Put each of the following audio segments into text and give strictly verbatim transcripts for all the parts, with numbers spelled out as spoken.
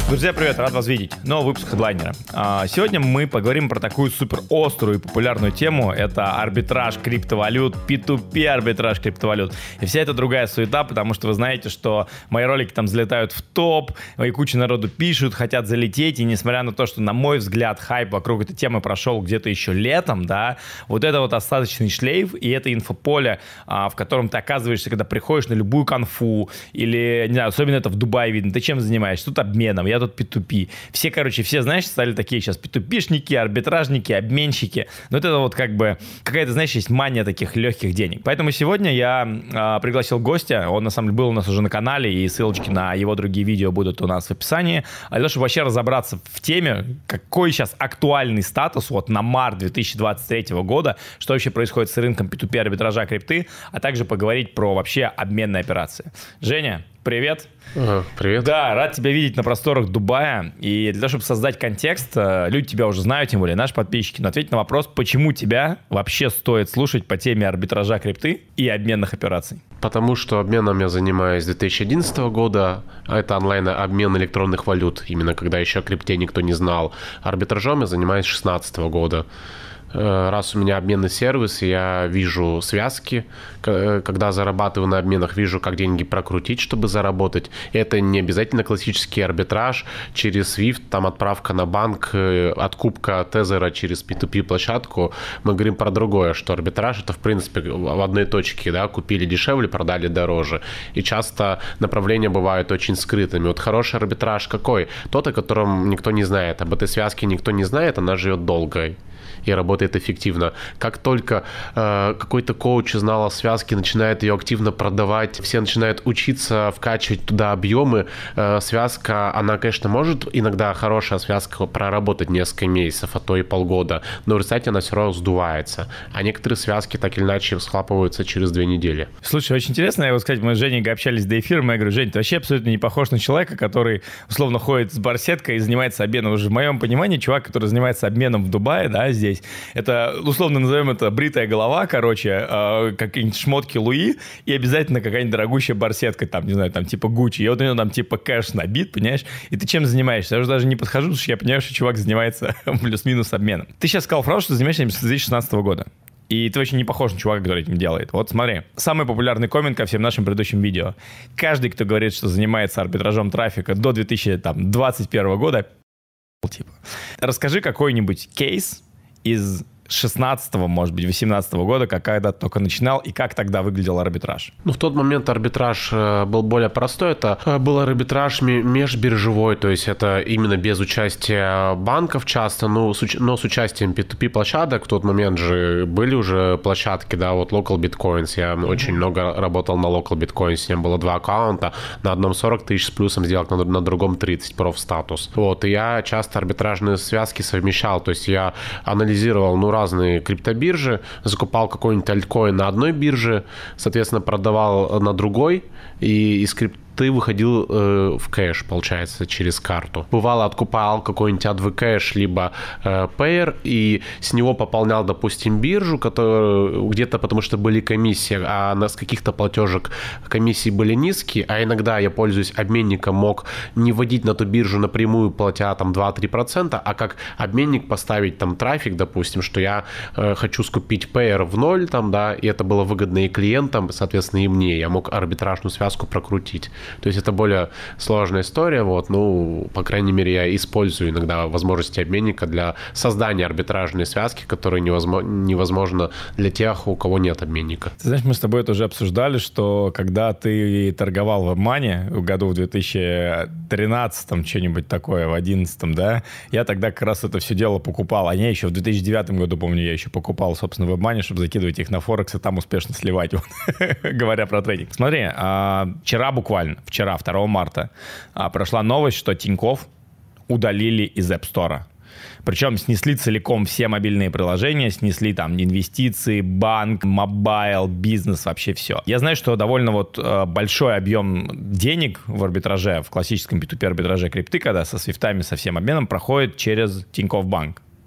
Друзья, привет, рад вас видеть. Новый выпуск Headliner. Сегодня мы поговорим про такую супер острую и популярную тему. Это арбитраж криптовалют, пи ту пи арбитраж криптовалют. И вся эта другая суета, потому что вы знаете, что мои ролики там взлетают в топ, и куча народу пишут, хотят залететь. И несмотря на то, что, на мой взгляд, хайп вокруг этой темы прошел где-то еще летом, да, вот это вот остаточный шлейф и это инфополе, в котором ты оказываешься, когда приходишь на любую конфу, или, не знаю, особенно это в Дубае видно, ты чем занимаешься? Тут обменом, я тут пи ту пи. Все, короче, все, знаешь, стали такие сейчас пи ту пи-шники, арбитражники, обменщики. Но это вот как бы какая-то, знаешь, есть мания таких легких денег. Поэтому сегодня я э, пригласил гостя. Он, на самом деле, был у нас уже на канале, и ссылочки на его другие видео будут у нас в описании. А для того, чтобы вообще разобраться в теме, какой сейчас актуальный статус вот на март две тысячи двадцать третьего года, что вообще происходит с рынком пи ту пи арбитража крипты, а также поговорить про вообще обменные операции. Женя, привет. Ага, привет. Да, рад тебя видеть на просторах Дубая. И для того, чтобы создать контекст, люди тебя уже знают, тем более наши подписчики, но ответь на вопрос, почему тебя вообще стоит слушать по теме арбитража крипты и обменных операций? Потому что обменом я занимаюсь с две тысячи одиннадцатого года. Это онлайн-обмен электронных валют, именно когда еще о крипте никто не знал. Арбитражом я занимаюсь с две тысячи шестнадцатого года. Раз у меня обменный сервис, я вижу связки, когда зарабатываю на обменах, вижу, как деньги прокрутить, чтобы заработать. И это не обязательно классический арбитраж через свифт, там отправка на банк, откупка тезера через пи ту пи-площадку. Мы говорим про другое, что арбитраж это, в принципе, в одной точке, да, купили дешевле, продали дороже. И часто направления бывают очень скрытыми. Вот хороший арбитраж какой? Тот, о котором никто не знает. Об этой связке никто не знает, она живет долго и работает эффективно. Как только э, какой-то коуч знал о связке, начинает ее активно продавать, все начинают учиться вкачивать туда объемы, э, связка, она, конечно, может иногда хорошая связка проработать несколько месяцев, а то и полгода, но в результате она все равно сдувается. А некоторые связки так или иначе схлапываются через две недели. Слушай, очень интересно, я вот сказать, мы с Женей общались до эфира, я говорю, Жень, ты вообще абсолютно не похож на человека, который условно ходит с барсеткой и занимается обменом. Уже в моем понимании чувак, который занимается обменом в Дубае, да, здесь, это, условно назовем это бритая голова, короче, э, какие-нибудь шмотки Луи и обязательно какая-нибудь дорогущая барсетка, там, не знаю, там, типа Гуччи, и вот у него там, типа, кэш набит, понимаешь? И ты чем занимаешься? Я уже даже не подхожу, потому что я понимаю, что чувак занимается плюс-минус обменом. Ты сейчас сказал фразу, что ты занимаешься этим с две тысячи шестнадцатого года. И ты очень не похож на чувака, который этим делает. Вот смотри, самый популярный коммент ко всем нашим предыдущим видео. Каждый, кто говорит, что занимается арбитражом трафика до две тысячи двадцать первого года, типа. Расскажи какой-нибудь кейс из шестнадцатого, может быть, восемнадцатого года, как когда ты только начинал, и как тогда выглядел арбитраж? Ну, в тот момент арбитраж был более простой. Это был арбитраж межбиржевой, то есть это именно без участия банков часто, но с, но с участием пи ту пи-площадок. В тот момент же были уже площадки, да, вот Local Bitcoins. Я mm-hmm. очень много работал на Local Bitcoins. У меня было два аккаунта. На одном сорок тысяч с плюсом сделок, на, на другом тридцать, профстатус. Вот, и я часто арбитражные связки совмещал. То есть я анализировал, ну, разные криптобиржи, закупал какой-нибудь альткоин на одной бирже, соответственно, продавал на другой, и из крипты выходил э, в кэш, получается, через карту. Бывало, откупал какой-нибудь эй ди ви кэш, либо э, Payer, и с него пополнял, допустим, биржу, которую где-то, потому что были комиссии, а на, с каких-то платежек комиссии были низкие, а иногда я, пользуясь обменником, мог не вводить на ту биржу напрямую, платя там два-три процента, а как обменник поставить там трафик, допустим, что я э, хочу скупить Payer в ноль, там, да, и это было выгодно и клиентам, соответственно, и мне. Я мог арбитражную связку прокрутить. То есть это более сложная история, вот, ну, по крайней мере, я использую иногда возможности обменника для создания арбитражной связки, которая невозможно, невозможно для тех, у кого нет обменника. Ты знаешь, мы с тобой это уже обсуждали, что когда ты торговал в обмане в году в две тысячи тринадцатом, что-нибудь такое, в одиннадцатом, да, я тогда как раз это все дело покупал, а не еще в две тысячи девятом году, помню, я еще покупал, собственно, в обмане, чтобы закидывать их на Форекс и там успешно сливать, говоря про трейдинг. Смотри, вчера буквально, вчера, второго марта, прошла новость, что Тинькофф удалили из App Store. Причем снесли целиком все мобильные приложения, снесли там инвестиции, банк, мобайл, бизнес, вообще все. Я знаю, что довольно вот большой объем денег в арбитраже, в классическом пи ту пи арбитраже крипты, когда со свифтами, со всем обменом проходит через Тинькофф Банк.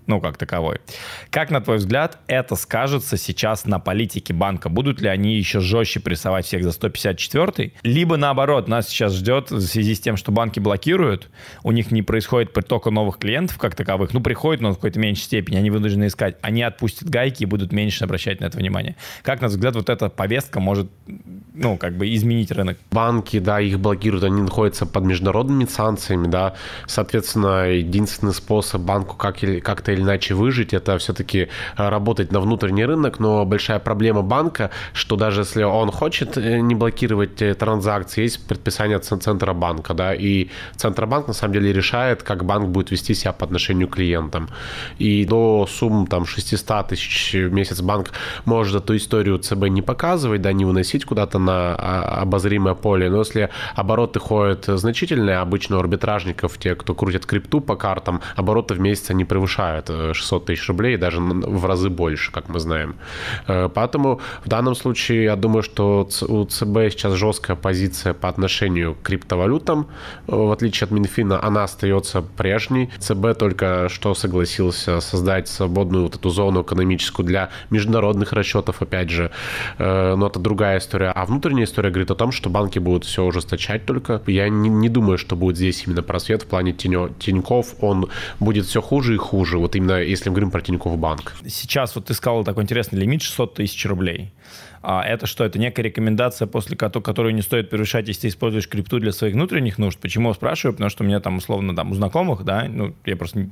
ну, как таковой. Как, на твой взгляд, это скажется сейчас на политике банка? Будут ли они еще жестче прессовать всех за сто пятьдесят четвёртый? Либо, наоборот, нас сейчас ждет в связи с тем, что банки блокируют, у них не происходит притока новых клиентов как таковых, ну, приходит, но в какой-то меньшей степени, они вынуждены искать, они отпустят гайки и будут меньше обращать на это внимание. Как, на твой взгляд, вот эта повестка может, ну, как бы изменить рынок? Банки, да, их блокируют, они находятся под международными санкциями, да, соответственно, единственный способ банку как или, как-то или иначе выжить, это все-таки работать на внутренний рынок, но большая проблема банка, что даже если он хочет не блокировать транзакции, есть предписание Центробанка, да, и Центробанк на самом деле решает, как банк будет вести себя по отношению к клиентам. И до сумм там шестьсот тысяч в месяц банк может эту историю ЦБ не показывать, да, не выносить куда-то на обозримое поле, но если обороты ходят значительные, обычно у арбитражников, те, кто крутят крипту по картам, обороты в месяц не превышают шестьсот тысяч рублей, даже в разы больше, как мы знаем. Поэтому в данном случае я думаю, что у ЦБ сейчас жесткая позиция по отношению к криптовалютам. В отличие от Минфина, она остается прежней. ЦБ только что согласился создать свободную вот эту зону экономическую для международных расчетов, опять же. Но это другая история. А внутренняя история говорит о том, что банки будут все ужесточать только. Я не, не думаю, что будет здесь именно просвет в плане Тинькофф. Он будет все хуже и хуже. Вот именно если мы говорим про Тинькофф банк. Сейчас вот ты сказал такой интересный лимит шестьсот тысяч рублей. А это что? Это некая рекомендация, после которой не стоит превышать, если ты используешь крипту для своих внутренних нужд. Почему спрашиваю? Потому что у меня там условно там у знакомых, да, ну я просто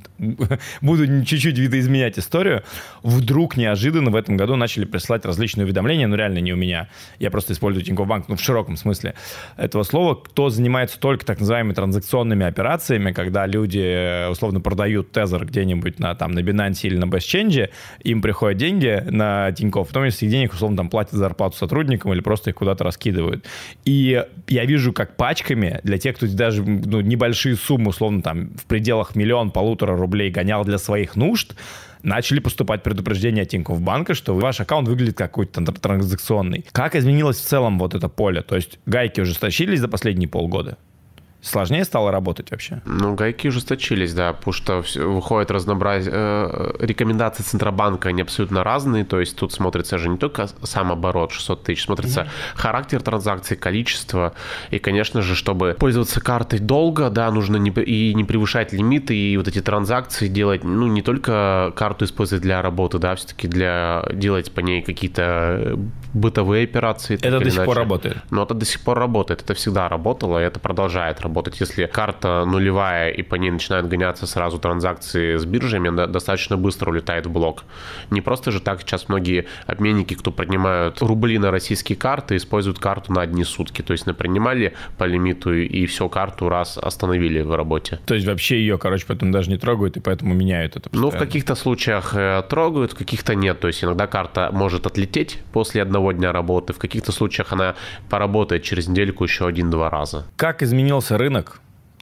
буду чуть-чуть видоизменять историю. Вдруг неожиданно в этом году начали присылать различные уведомления, ну реально не у меня. Я просто использую Тинькофф банк, ну в широком смысле этого слова. Кто занимается только так называемыми транзакционными операциями, когда люди условно продают тезер где-нибудь на, там, на Binance или на BestChange, им приходят деньги на Тинькофф, потом из этих денег условно там платят зарплату сотрудникам или просто их куда-то раскидывают. И я вижу, как пачками для тех, кто даже ну, небольшие суммы, условно, там, в пределах миллион-полутора рублей гонял для своих нужд, начали поступать предупреждения от Тинькофф банка, что ваш аккаунт выглядит как какой-то транзакционный. Как изменилось в целом вот это поле? То есть гайки ужесточились за последние полгода? Сложнее стало работать вообще? Ну, гайки ужесточились, да, потому что выходит разнообразие. Э, рекомендации Центробанка, они абсолютно разные, то есть тут смотрится же не только сам оборот шестьсот тысяч, смотрится mm-hmm. характер транзакций, количество, и, конечно же, чтобы пользоваться картой долго, да, нужно не, и не превышать лимиты, и вот эти транзакции делать, ну, не только карту использовать для работы, да, все-таки для делать по ней какие-то бытовые операции. Это до сих иначе. пор работает? Но это до сих пор работает, это всегда работало, и это продолжает работать. Работать. Если карта нулевая и по ней начинают гоняться сразу транзакции с биржами, она достаточно быстро улетает в блок. Не просто же так сейчас многие обменники, кто принимают рубли на российские карты, используют карту на одни сутки. То есть напринимали по лимиту и все, карту раз остановили в работе. То есть вообще ее, короче, потом даже не трогают и поэтому меняют это постоянно? Ну, в каких-то случаях э, трогают, в каких-то нет. То есть иногда карта может отлететь после одного дня работы, в каких-то случаях она поработает через недельку еще один-два раза. Как изменился рынок,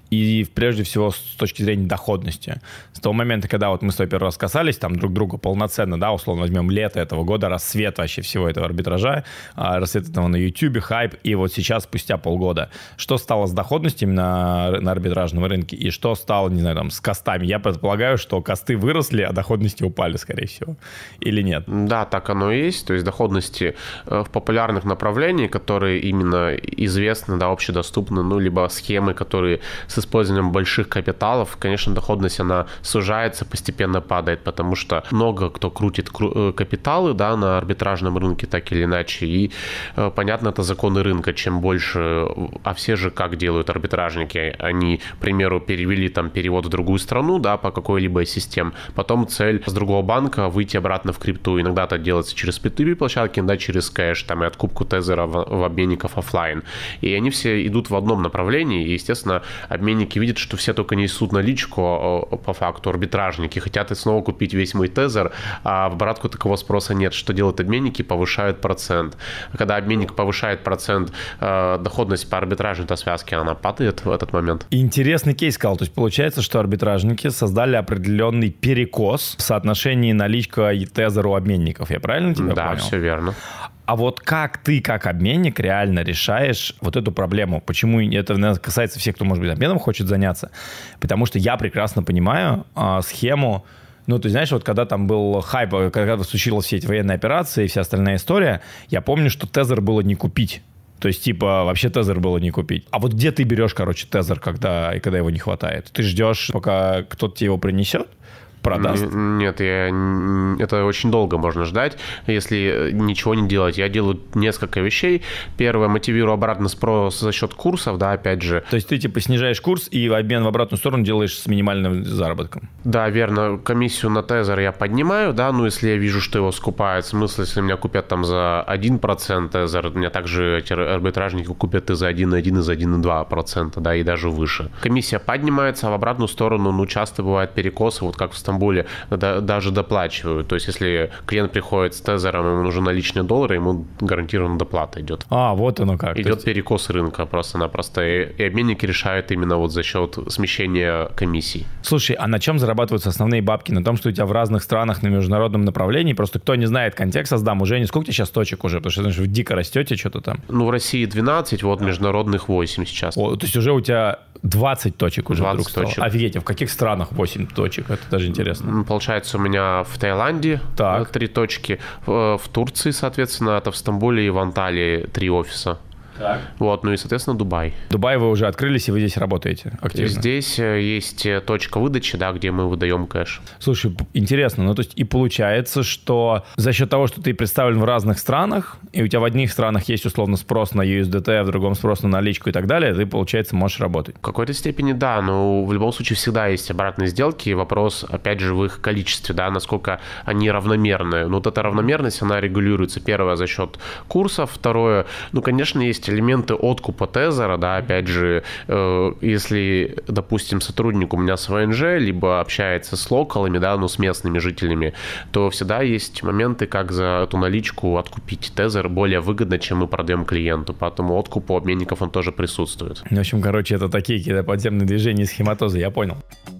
и прежде всего с точки зрения доходности. С того момента, когда вот мы с тобой первый раз касались там друг друга полноценно, да, условно возьмем лето этого года, рассвет вообще всего этого арбитража, рассвет этого на YouTube, хайп, и вот сейчас, спустя полгода, что стало с доходностью именно на арбитражном рынке, и что стало, не знаю, там, с костами? Я предполагаю, что косты выросли, а доходности упали, скорее всего. Или нет? Да, так оно и есть. То есть доходности в популярных направлениях, которые именно известны, да, общедоступны, ну, либо схемы, которые с использованием больших капиталов, конечно, доходность, она сужается, постепенно падает, потому что много кто крутит капиталы, да, на арбитражном рынке, так или иначе, и, понятно, это законы рынка, чем больше, а все же как делают арбитражники, они, к примеру, перевели там перевод в другую страну, да, по какой-либо системе, потом цель с другого банка выйти обратно в крипту, иногда это делается через пи ту пи площадки, иногда через кэш, там, и откупку тезера в, в обменников офлайн, и они все идут в одном направлении, и, естественно, обменники видят, что все только несут наличку, по факту арбитражники хотят снова купить весь мой тезер, а в обратку такого спроса нет. Что делают обменники? Повышают процент. Когда обменник повышает процент, доходность по арбитражной связке, она падает в этот момент. Интересный кейс сказал. То есть получается, что арбитражники создали определенный перекос в соотношении наличка и тезера у обменников. Я правильно тебя да, понял? Да, все верно. А вот как ты, как обменник, реально решаешь вот эту проблему? Почему это касается всех, кто, может быть, обменом хочет заняться? Потому что я прекрасно понимаю а, схему Ну, ты знаешь, вот когда там был хайп, когда случилась все эти военные операции и вся остальная история, я помню, что тезер было не купить. То есть, типа, вообще тезер было не купить. А вот где ты берешь, короче, тезер, когда, и когда его не хватает? Ты ждешь, пока кто-то тебе его принесет? Продаст? Нет, я, это очень долго можно ждать, если ничего не делать. Я делаю несколько вещей. Первое, мотивирую обратно спрос за счет курсов, да, опять же. То есть ты типа снижаешь курс и в обмен в обратную сторону делаешь с минимальным заработком? Да, верно. Комиссию на тезер я поднимаю, да, ну если я вижу, что его скупают. Смысл, если меня купят там за один процент тезер, у меня также эти арбитражники купят и за один целых один десятых, и за один целых два процента, да, и даже выше. Комиссия поднимается, а в обратную сторону, ну, часто бывают перекосы, вот как в Стамбуле, да, даже доплачивают. То есть, если клиент приходит с тезером, ему нужны наличные доллары, ему гарантированно доплата идет. А, вот оно как. Идет есть... перекос рынка просто-напросто. И, и обменники решают именно вот за счет смещения комиссий. Слушай, а на чем зарабатываются основные бабки? На том, что у тебя в разных странах на международном направлении, просто кто не знает контекст, сдам уже, не сколько тебе сейчас точек уже, потому что знаешь, вы дико растете что-то там. Ну, в России двенадцать, вот международных восемь сейчас. О, то есть уже у тебя двадцать точек уже двадцать вдруг точек. стало. Офигеть, а в каких странах восемь точек? Это даже интересно. Получается, у меня в Таиланде так. три точки, в, в Турции, соответственно, это в Стамбуле и в Анталии три офиса. Так. Вот, ну и, соответственно, Дубай. Дубай вы уже открылись, и вы здесь работаете активно? Здесь есть точка выдачи, да, где мы выдаем кэш. Слушай, интересно, ну то есть и получается, что за счет того, что ты представлен в разных странах, и у тебя в одних странах есть условно спрос на ю эс ди ти, а в другом спрос на наличку и так далее, ты, получается, можешь работать? В какой-то степени да, но в любом случае всегда есть обратные сделки, и вопрос, опять же, в их количестве, да, насколько они равномерны. Ну вот эта равномерность, она регулируется, первое, за счет курсов, второе, ну, конечно, есть элементы откупа тезера, да, опять же, э, если, допустим, сотрудник у меня с вэ эн жэ, либо общается с локалами, да, ну, с местными жителями, то всегда есть моменты, как за эту наличку откупить тезер более выгодно, чем мы продаем клиенту, поэтому откуп у обменников он тоже присутствует. В общем, короче, это такие какие-то подземные движения и схематозы, я понял.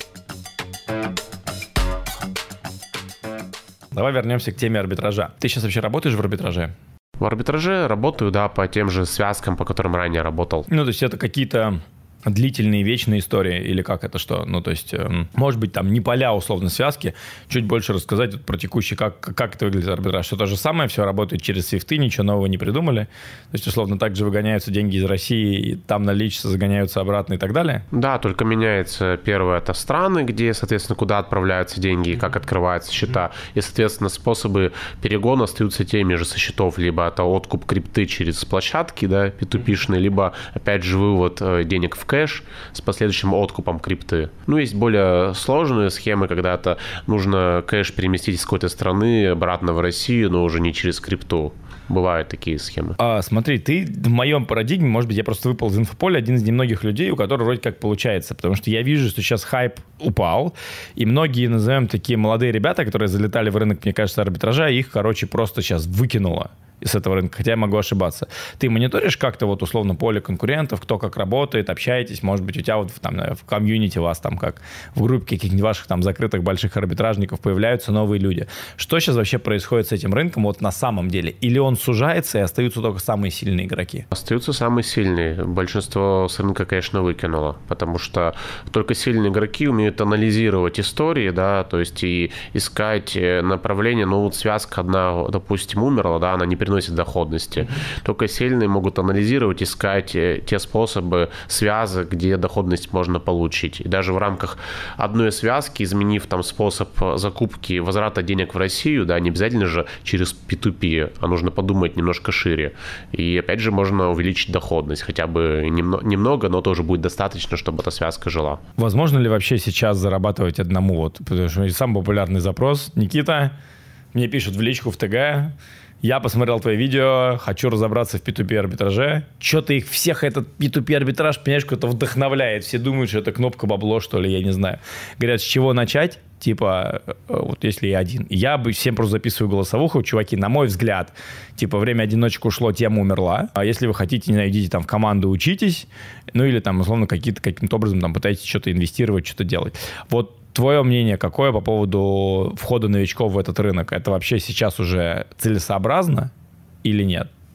Давай вернемся к теме арбитража. Ты сейчас вообще работаешь в арбитраже? В арбитраже работаю, да, по тем же связкам, по которым ранее работал. Ну, то есть это какие-то длительные, вечные истории, или как это что? Ну, то есть, э, может быть, там не поля условно связки, чуть больше рассказать вот про текущий, как, как это выглядит арбитраж. Все то же самое, все работает через свифты, ничего нового не придумали. То есть, условно, также выгоняются деньги из России, и там наличие загоняются обратно и так далее? Да, только меняется первое, это страны, где, соответственно, куда отправляются деньги, как открываются счета. И, соответственно, способы перегона остаются теми же со счетов. Либо это откуп крипты через площадки, да, пи ту пи-шные, либо, опять же, вывод денег в кэш с последующим откупом крипты. Ну, есть более сложные схемы, когда это нужно кэш переместить из какой-то страны обратно в Россию, но уже не через крипту. Бывают такие схемы. А, смотри, ты в моем парадигме, может быть, я просто выпал из инфополя, один из немногих людей, у которых вроде как получается, потому что я вижу, что сейчас хайп упал, и многие, назовем, такие молодые ребята, которые залетали в рынок, мне кажется, арбитража, их, короче, просто сейчас выкинуло с этого рынка, хотя я могу ошибаться. Ты мониторишь как-то вот условно поле конкурентов, кто как работает, общаетесь, может быть, у тебя вот там в комьюнити у вас там как в группе каких-нибудь ваших там закрытых больших арбитражников появляются новые люди. Что сейчас вообще происходит с этим рынком вот на самом деле? Или он сужается и остаются только самые сильные игроки? Остаются самые сильные. Большинство с рынка, конечно, выкинуло, потому что только сильные игроки умеют анализировать истории, да, то есть и искать направление. Ну вот связка одна, допустим, умерла, да, она не приносит доходности. Mm-hmm. Только сильные могут анализировать, искать те способы связок, где доходность можно получить. И даже в рамках одной связки, изменив там способ закупки, возврата денег в Россию, да, не обязательно же через пи ту пи, а нужно подумать немножко шире. И опять же можно увеличить доходность, хотя бы немного, но тоже будет достаточно, чтобы эта связка жила. Возможно ли вообще сейчас зарабатывать одному? Вот, потому что самый популярный запрос: Никита, мне пишут в личку в ТГ: я посмотрел твои видео, хочу разобраться в пи ту пи арбитраже. Что-то их всех этот пи ту пи арбитраж, понимаешь, какой-то вдохновляет. Все думают, что это кнопка бабло, что ли, я не знаю. Говорят, с чего начать? Типа, вот если я один. Я бы всем просто записываю голосовуху. Чуваки, на мой взгляд, типа, время одиночек ушло, тема умерла. А если вы хотите, не знаю, идите там в команду, учитесь. Ну или там, условно, какие-то, каким-то образом там пытаетесь что-то инвестировать, что-то делать. Вот твое мнение какое по поводу входа новичков в этот рынок? Это вообще сейчас уже целесообразно или нет?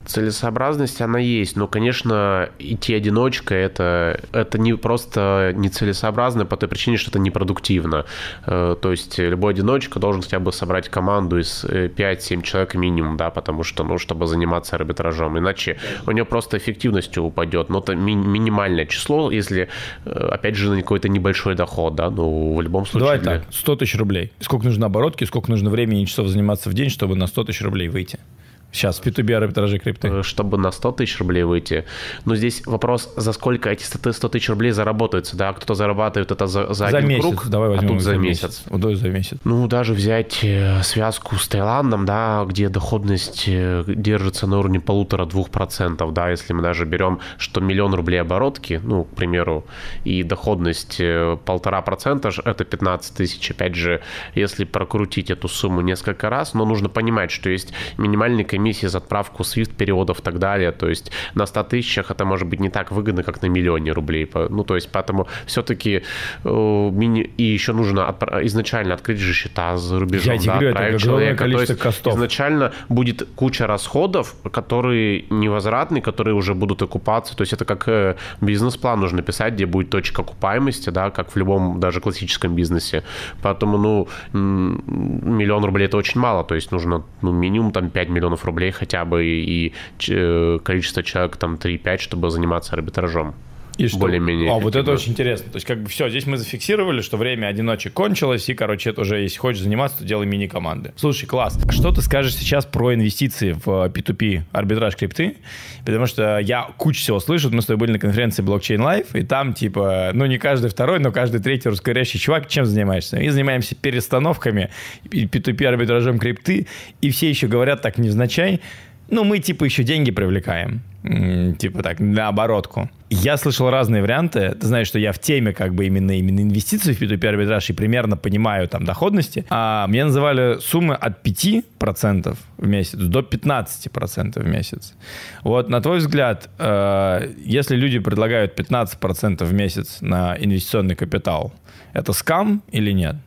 Целесообразность, она есть, но, конечно, идти одиночкой, это, это не просто нецелесообразно по той причине, что это непродуктивно. То есть любой одиночка должен хотя бы собрать команду из пять-семь человек минимум, да, потому что, ну, чтобы заниматься арбитражом, иначе у него просто эффективность упадет, но это ми- минимальное число, если, опять же, на какой-то небольшой доход, да, ну, в любом случае. Давай для... так, сто тысяч рублей. Сколько нужно оборотки, сколько нужно времени и часов заниматься в день, чтобы на сто тысяч рублей выйти? Сейчас, в пи ту би арбитраже крипты. Чтобы на сто тысяч рублей выйти. Но здесь вопрос, за сколько эти сто тысяч рублей заработаются, да? Кто зарабатывает это за, за, за один месяц, круг, давай возьмем а тут за, за месяц. месяц. Удой за месяц. Ну, даже взять связку с Таиландом, да, где доходность держится на уровне полутора-двух процентов, да, если мы даже берем, что миллион рублей оборотки, ну, к примеру, и доходность полтора процента, это пятнадцать тысяч. Опять же, если прокрутить эту сумму несколько раз, но нужно понимать, что есть минимальные комиссии за отправку свифт переводов и так далее, то есть на ста тысячах это может быть не так выгодно, как на миллионе рублей, ну, то есть поэтому все-таки э, мини... и еще нужно от... изначально открыть же счета за рубежом, я тебе да, говорю, это огромное количество костов. Изначально будет куча расходов, которые невозвратны, которые уже будут окупаться, то есть это как э, бизнес-план нужно писать, где будет точка окупаемости, да, как в любом даже классическом бизнесе, поэтому, ну, миллион рублей это очень мало, то есть нужно, ну, минимум там пять миллионов рублей хотя бы и, и количество человек там три-пять, чтобы заниматься арбитражом. И что? Более-менее. А, вот это очень интересно. То есть, как бы все, здесь мы зафиксировали, что время одиночек кончилось, и, короче, это уже, если хочешь заниматься, то делай мини-команды. Слушай, класс. Что ты скажешь сейчас про инвестиции в пи ту пи арбитраж крипты? Потому что я кучу всего слышу. Мы с тобой были на конференции Blockchain Live, и там, типа, ну, не каждый второй, но каждый третий русскоговорящий чувак чем занимаешься? Мы занимаемся перестановками пи ту пи арбитражом крипты, и все еще говорят так невзначай, ну, мы, типа, еще деньги привлекаем. Типа так, на оборотку. Я слышал разные варианты. Ты знаешь, что я в теме как бы именно, именно инвестиций в пи ту пи арбитраж и примерно понимаю там доходности. А мне называли суммы от пяти процентов в месяц до пятнадцати процентов в месяц. Вот на твой взгляд, э, если люди предлагают пятнадцать процентов в месяц на инвестиционный капитал, это скам или нет?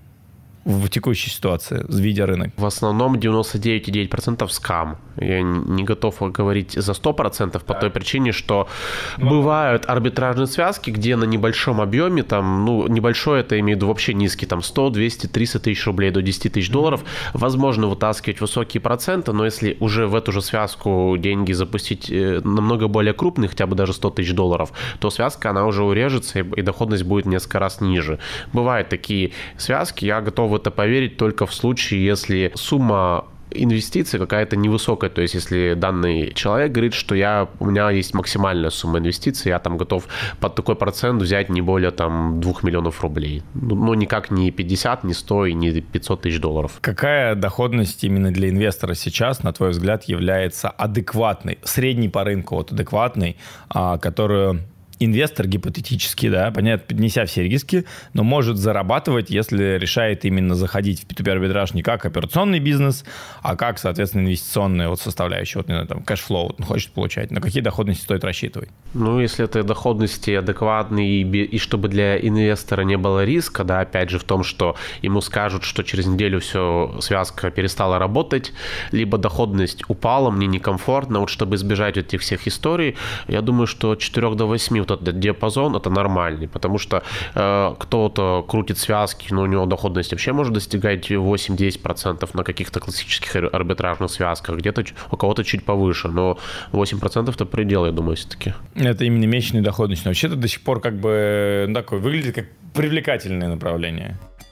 В текущей ситуации, видя рынок? В основном девяносто девять целых девять десятых процента скам. Я не готов говорить за сто процентов по да. той причине, что ну, бывают арбитражные связки, где на небольшом объеме, там, ну, небольшой, это имею в виду вообще низкий, там, сто, двести, триста тысяч рублей до десять тысяч долларов, возможно вытаскивать высокие проценты, но если уже в эту же связку деньги запустить намного более крупные, хотя бы даже сто тысяч долларов, то связка, она уже урежется, и доходность будет несколько раз ниже. Бывают такие связки, я готов в это поверить только в случае, если сумма инвестиций какая-то невысокая, то есть если данный человек говорит, что я, у меня есть максимальная сумма инвестиций, я там готов под такой процент взять не более там двух миллионов рублей, ну никак не пятьдесят, не сто и не пятьсот тысяч долларов. Какая доходность именно для инвестора сейчас, на твой взгляд, является адекватной, средней по рынку, вот адекватной, которую инвестор гипотетически, да, понятно, неся все риски, но может зарабатывать, если решает именно заходить в пи ту пи арбитраж не как операционный бизнес, а как, соответственно, инвестиционная вот составляющая, вот, не знаю, там, кэшфлоу он хочет получать. На какие доходности стоит рассчитывать? Ну, если это доходности адекватные, и, и чтобы для инвестора не было риска, да, опять же, в том, что ему скажут, что через неделю все, связка перестала работать, либо доходность упала, мне некомфортно, вот чтобы избежать этих всех историй, я думаю, что от четырёх до восьми вот этот диапазон это нормальный, потому что э, кто-то крутит связки, но у него доходность вообще может достигать восемь-десять процентов на каких-то классических арбитражных связках, где-то у кого-то чуть повыше, но восемь процентов это предел, я думаю, все-таки. Это именно месячная доходность, но вообще-то до сих пор как бы ну, такое выглядит как привлекательное направление.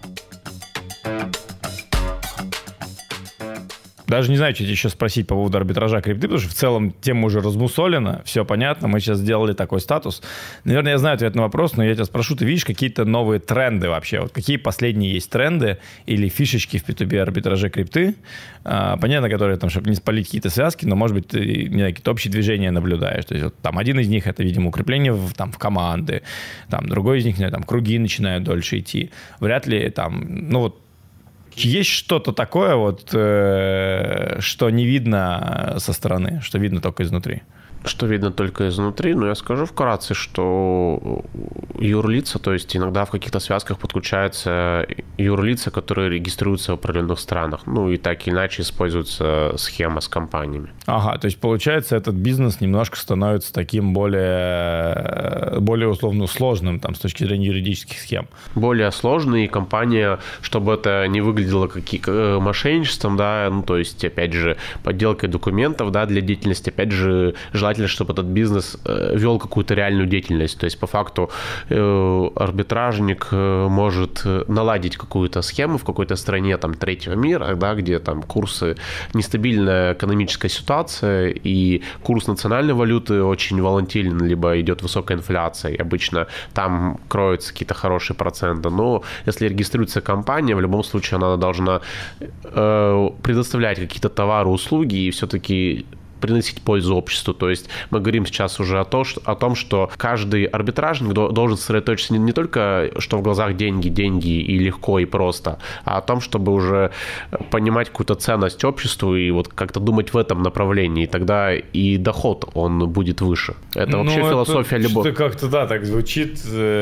Даже не знаю, что тебе еще спросить по поводу арбитража крипты, потому что в целом тема уже размусолена, все понятно, мы сейчас сделали такой статус. Наверное, я знаю ответ на вопрос, но я тебя спрошу, ты видишь какие-то новые тренды вообще? Вот какие последние есть тренды или фишечки в пи ту пи арбитраже крипты? А, понятно, которые там, чтобы не спалить какие-то связки, но, может быть, ты не знаю, какие-то общие движения наблюдаешь. То есть вот, там один из них это, видимо, укрепление в, там, в команды, там, другой из них, не знаю, там, круги начинают дольше идти. Вряд ли там, ну вот, есть что-то такое, вот, э, что не видно со стороны, что видно только изнутри? Что видно только изнутри, но я скажу вкратце, что юрлица, то есть иногда в каких-то связках подключаются юрлица, которые регистрируются в определенных странах. Ну и так или иначе используется схема с компаниями. Ага, то есть получается этот бизнес немножко становится таким более, более условно сложным там, с точки зрения юридических схем. Более сложный, и компания, чтобы это не выглядело как мошенничеством, да, ну то есть опять же подделкой документов, да, для деятельности, опять же желательно, чтобы этот бизнес вел какую-то реальную деятельность, то есть по факту э, арбитражник может наладить какую-то схему в какой-то стране там третьего мира, да, где там курсы, нестабильная экономическая ситуация и курс национальной валюты очень волатилен, либо идет высокая инфляция, и обычно там кроются какие-то хорошие проценты, но если регистрируется компания, в любом случае она должна э, предоставлять какие-то товары, услуги и все-таки приносить пользу обществу. То есть мы говорим сейчас уже о, то, что, о том, что каждый арбитражник должен сосредоточиться не, не только, что в глазах деньги, деньги и легко, и просто, а о том, чтобы уже понимать какую-то ценность обществу и вот как-то думать в этом направлении. И тогда и доход, он будет выше. Это вообще ну, философия любовь. Как-то да, так звучит.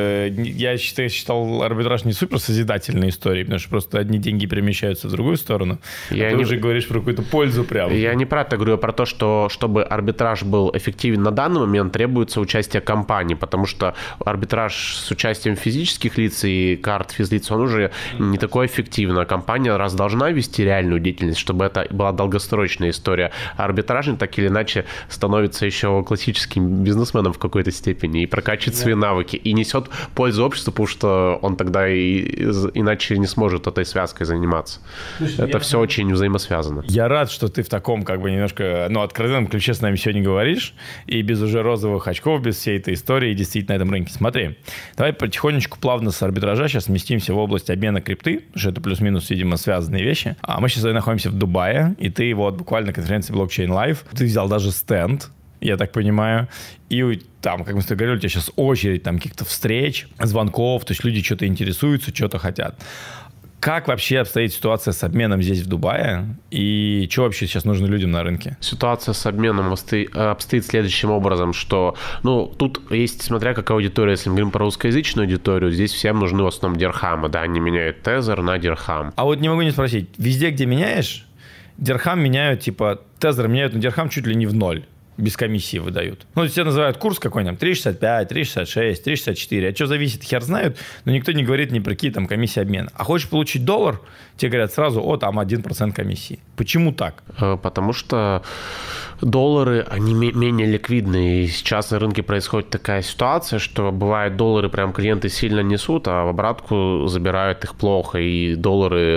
Я считаю, считал арбитраж не супер созидательной историей, потому что просто одни деньги перемещаются в другую сторону. Я а ты не... уже говоришь про какую-то пользу прямо. Я не про это говорю, а про то, что что чтобы арбитраж был эффективен на данный момент, требуется участие компании, потому что арбитраж с участием физических лиц и карт физлиц, он уже не такой эффективный. Компания раз должна вести реальную деятельность, чтобы это была долгосрочная история. А арбитражник так или иначе становится еще классическим бизнесменом в какой-то степени и прокачивает свои навыки, и несет пользу обществу, потому что он тогда и, иначе не сможет этой связкой заниматься. Слушай, это я... все очень взаимосвязано. Я рад, что ты в таком как бы немножко, ну, откровенном ключе с нами сегодня говоришь, и без уже розовых очков, без всей этой истории действительно на этом рынке. Смотри, давай потихонечку плавно с арбитража сейчас сместимся в область обмена крипты, потому что это плюс-минус, видимо, связанные вещи. А мы сейчас находимся в Дубае, и ты вот буквально на конференции Blockchain Live, ты взял даже стенд, я так понимаю, и там, как мы с тобой говорили, у тебя сейчас очередь там каких-то встреч, звонков, то есть люди что-то интересуются, что-то хотят. Как вообще обстоит ситуация с обменом здесь, в Дубае? И что вообще сейчас нужно людям на рынке? Ситуация с обменом обстоит следующим образом, что, ну, тут есть, смотря какая аудитория, если мы говорим про русскоязычную аудиторию, здесь всем нужны в основном дирхамы, да, они меняют тезер на дирхам. А вот не могу не спросить, везде, где меняешь, дирхам меняют, типа, тезер меняют на дирхам чуть ли не в ноль. Без комиссии выдают. Ну, все называют курс какой-нибудь, три шестьдесят пять, три шестьдесят шесть, три шестьдесят четыре. От чего зависит, хер знают, но никто не говорит ни про какие там комиссии обмена. А хочешь получить доллар, тебе говорят сразу, о, там один процент комиссии. Почему так? Потому что доллары, они менее ликвидны. И сейчас на рынке происходит такая ситуация, что бывает, доллары прям клиенты сильно несут, а в обратку забирают их плохо. И доллары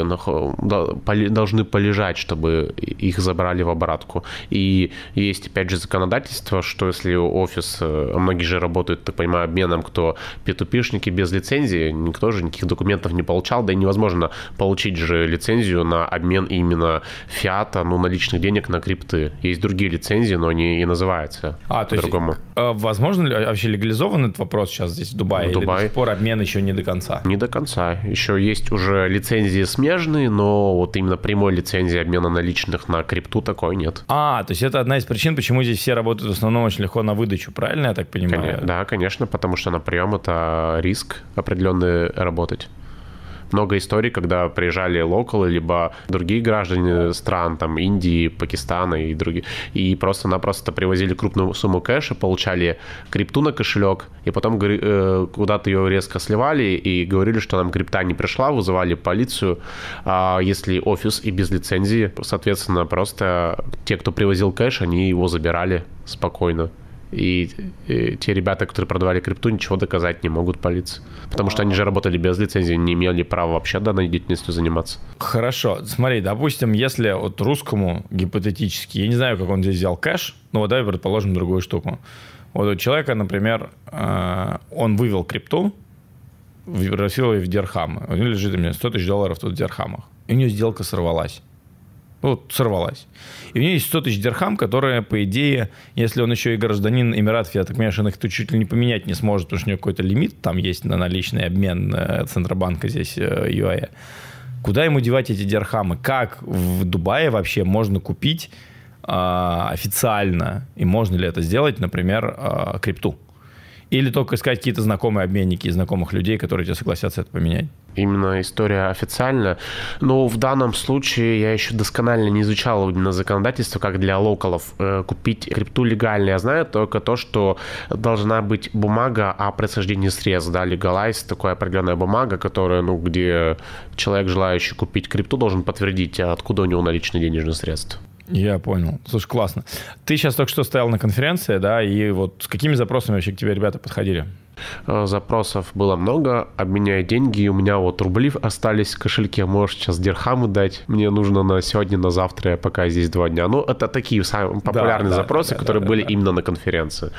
должны полежать, чтобы их забрали в обратку. И есть, опять же, законодательство, что если офис, многие же работают, так понимаю, обменом, кто пи ту пи-шники без лицензии, никто же никаких документов не получал, да и невозможно получить же лицензию на обмен именно фиата, ну, наличных денег на крипты. Есть другие лицензии, но они и называются а, по-другому. То есть, возможно ли вообще легализован этот вопрос сейчас здесь в Дубае? В Дубае. Или до сих пор обмен еще не до конца? Не до конца. Еще есть уже лицензии смежные, но вот именно прямой лицензии обмена наличных на крипту такой нет. А, то есть это одна из причин, почему здесь все работают в основном очень легко на выдачу, правильно я так понимаю? Конечно, да, конечно, потому что на прием это риск определенный работать. Много историй, когда приезжали локалы, либо другие граждане стран, там, Индии, Пакистана и другие, и просто-напросто привозили крупную сумму кэша, получали крипту на кошелек, и потом куда-то ее резко сливали и говорили, что нам крипта не пришла, вызывали полицию. А если офис и без лицензии, соответственно, просто те, кто привозил кэш, они его забирали спокойно. И, и те ребята, которые продавали крипту, ничего доказать не могут полиции. Потому что они же работали без лицензии, не имели права вообще данной деятельностью заниматься. Хорошо. Смотри, допустим, если вот русскому гипотетически, я не знаю, как он здесь взял кэш, но вот давай предположим другую штуку. Вот у человека, например, он вывел крипту, превратил ее в дирхамы. У него лежит у меня сто тысяч долларов тут в дирхамах. И у него сделка сорвалась. Вот, сорвалась. И у него есть сто тысяч дирхам, которые, по идее, если он еще и гражданин Эмиратов, я так понимаю, что он их чуть ли не поменять не сможет, потому что у него какой-то лимит там есть на наличный обмен Центробанка здесь, ю эй и. Куда ему девать эти дирхамы? Как в Дубае вообще можно купить э, официально, и можно ли это сделать, например, э, крипту? Или только искать какие-то знакомые обменники, знакомых людей, которые тебе согласятся это поменять? Именно история официальная. Но в данном случае я еще досконально не изучал именно законодательство, как для локалов э, купить крипту легально. Я знаю только то, что должна быть бумага о происхождении средств, да, legalize, такая определенная бумага, которая, ну, где человек, желающий купить крипту, должен подтвердить, откуда у него наличные денежные средства. Я понял. Слушай, классно. Ты сейчас только что стоял на конференции, да, и вот с какими запросами вообще к тебе ребята подходили? Запросов было много, обменяй деньги, и у меня вот рубли остались в кошельке, можешь сейчас дирхамы дать, мне нужно на сегодня, на завтра, я пока здесь два дня. Ну, это такие самые популярные да, запросы, да, которые да, были да, именно да. на конференции.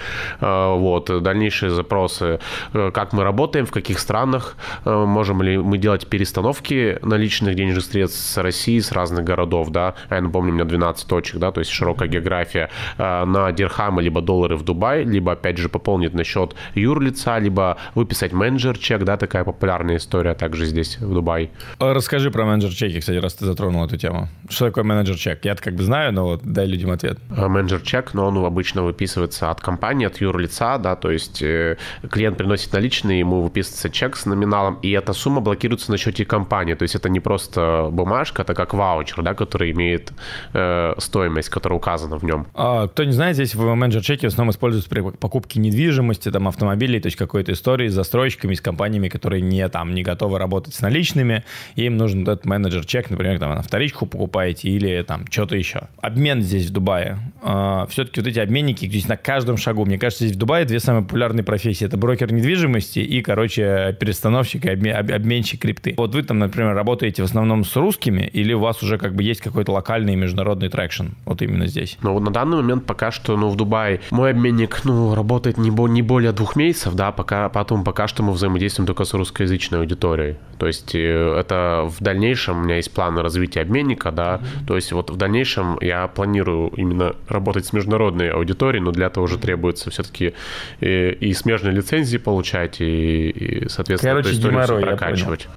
Вот, дальнейшие запросы, как мы работаем, в каких странах, можем ли мы делать перестановки наличных денежных средств с России, с разных городов, да, я напомню, у меня двенадцать точек, да, то есть широкая география, на дирхамы, либо доллары в Дубай, либо, опять же, пополнить на счет юрлица, либо выписать менеджер-чек, да, такая популярная история также здесь, в Дубае. Расскажи про менеджер-чеки, кстати, раз ты затронул эту тему. Что такое менеджер-чек? Я-то как бы знаю, но вот дай людям ответ. Менеджер-чек, но он обычно выписывается от компании, от юрлица, да, то есть э, клиент приносит наличные, ему выписывается чек с номиналом, и эта сумма блокируется на счете компании, то есть это не просто бумажка, это как ваучер, да, который имеет э, стоимость, которая указана в нем. А, кто не знает, здесь в менеджер-чеке в основном используются при покупке недвижимости, там, автомобилей, то есть какой-то истории с застройщиками, с компаниями, которые не, там, не готовы работать с наличными, и им нужен этот менеджер-чек, например, там, на вторичку покупаете или там что-то еще. Обмен здесь в Дубае. А, все-таки вот эти обменники здесь на каждом шагу. Мне кажется, здесь в Дубае две самые популярные профессии. Это брокер недвижимости и, короче, перестановщик и обмен, обменщик крипты. Вот вы там, например, работаете в основном с русскими или у вас уже как бы есть какой-то локальный международный трекшн? Вот именно здесь. Ну, на данный момент пока что, ну, в Дубае мой обменник, ну, работает не, бо- не более двух месяцев, да, пока, потом пока что мы взаимодействуем только с русскоязычной аудиторией. То есть это в дальнейшем у меня есть планы развития обменника, да, mm-hmm. то есть вот в дальнейшем я планирую именно работать с международной аудиторией, но для этого уже требуется все-таки и, и смежные лицензии получать, и, и соответственно, Короче, эту историю геморрой, прокачивать.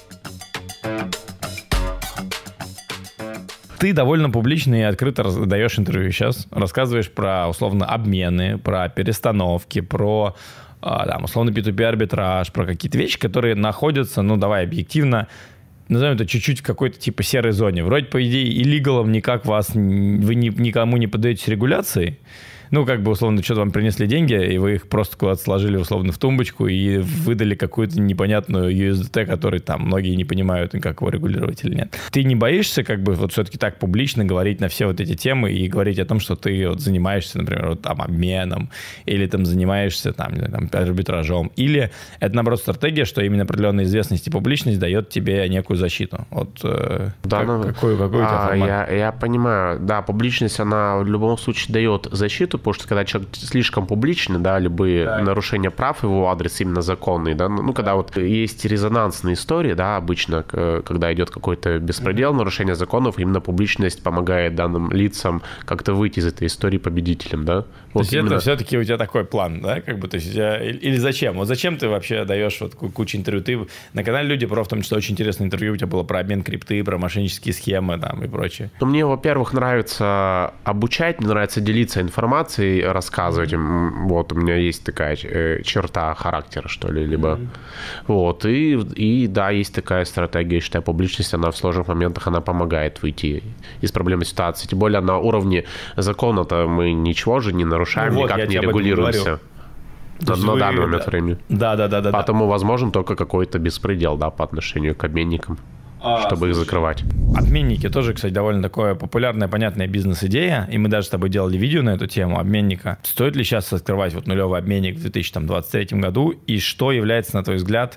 Ты довольно публично и открыто даешь интервью сейчас, рассказываешь про, условно, обмены, про перестановки, про, там, условно, пи ту пи арбитраж, про какие-то вещи, которые находятся, ну, давай объективно, назовем это чуть-чуть в какой-то типа серой зоне. Вроде, по идее, и лигалом никак вас, вы ни, никому не поддаетесь регуляции. Ну, как бы, условно, что-то вам принесли деньги, и вы их просто куда-то сложили, условно, в тумбочку и выдали какую-то непонятную ю эс ди ти, который там многие не понимают, как его регулировать или нет. Ты не боишься, как бы, вот все-таки так публично говорить на все вот эти темы и говорить о том, что ты вот занимаешься, например, вот там обменом, или там занимаешься там, там арбитражом, или это, наоборот, стратегия, что именно определенная известность и публичность дает тебе некую защиту? Вот э, да, как, ну, какой, какой у тебя а, формат? Я, я понимаю, да, публичность, она в любом случае дает защиту, потому что когда человек слишком публичный, да, любые так. нарушения прав его адрес именно законные, да, ну, когда вот есть резонансные истории, да, обычно, когда идет какой-то беспредел, нарушение законов, именно публичность помогает данным лицам как-то выйти из этой истории победителем, да. То вот есть именно... это все-таки у тебя такой план, да, как бы, то есть у тебя... Или зачем? Вот зачем ты вообще даешь вот кучу интервью? Ты на канале Люди Про, в том числе, очень интересное интервью у тебя было про обмен крипты, про мошеннические схемы там и прочее. Ну, мне, во-первых, нравится обучать, мне нравится делиться информацией, рассказывать. Mm-hmm. Вот, у меня есть такая э, черта характера, что ли, либо... Mm-hmm. Вот, и, и да, есть такая стратегия, я считаю, публичность, она в сложных моментах, она помогает выйти из проблемной ситуации. Тем более на уровне закона-то мы ничего же не нарушаем, ну, вот, никак не регулируемся. На, на вы... данный момент да. времени. Да, да, да, да. Поэтому да. возможен только какой-то беспредел, да, по отношению к обменникам. А, чтобы слушай, их закрывать. Обменники тоже, кстати, довольно такая популярная, понятная бизнес-идея, и мы даже с тобой делали видео на эту тему обменника. Стоит ли сейчас открывать вот нулевой обменник в две тысячи двадцать третьем году, и что является, на твой взгляд,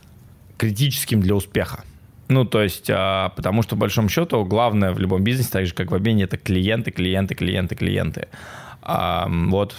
критическим для успеха? Ну, то есть, а, потому что, по большому счету, главное в любом бизнесе, так же, как в обмене, это клиенты, клиенты, клиенты, клиенты. А, вот...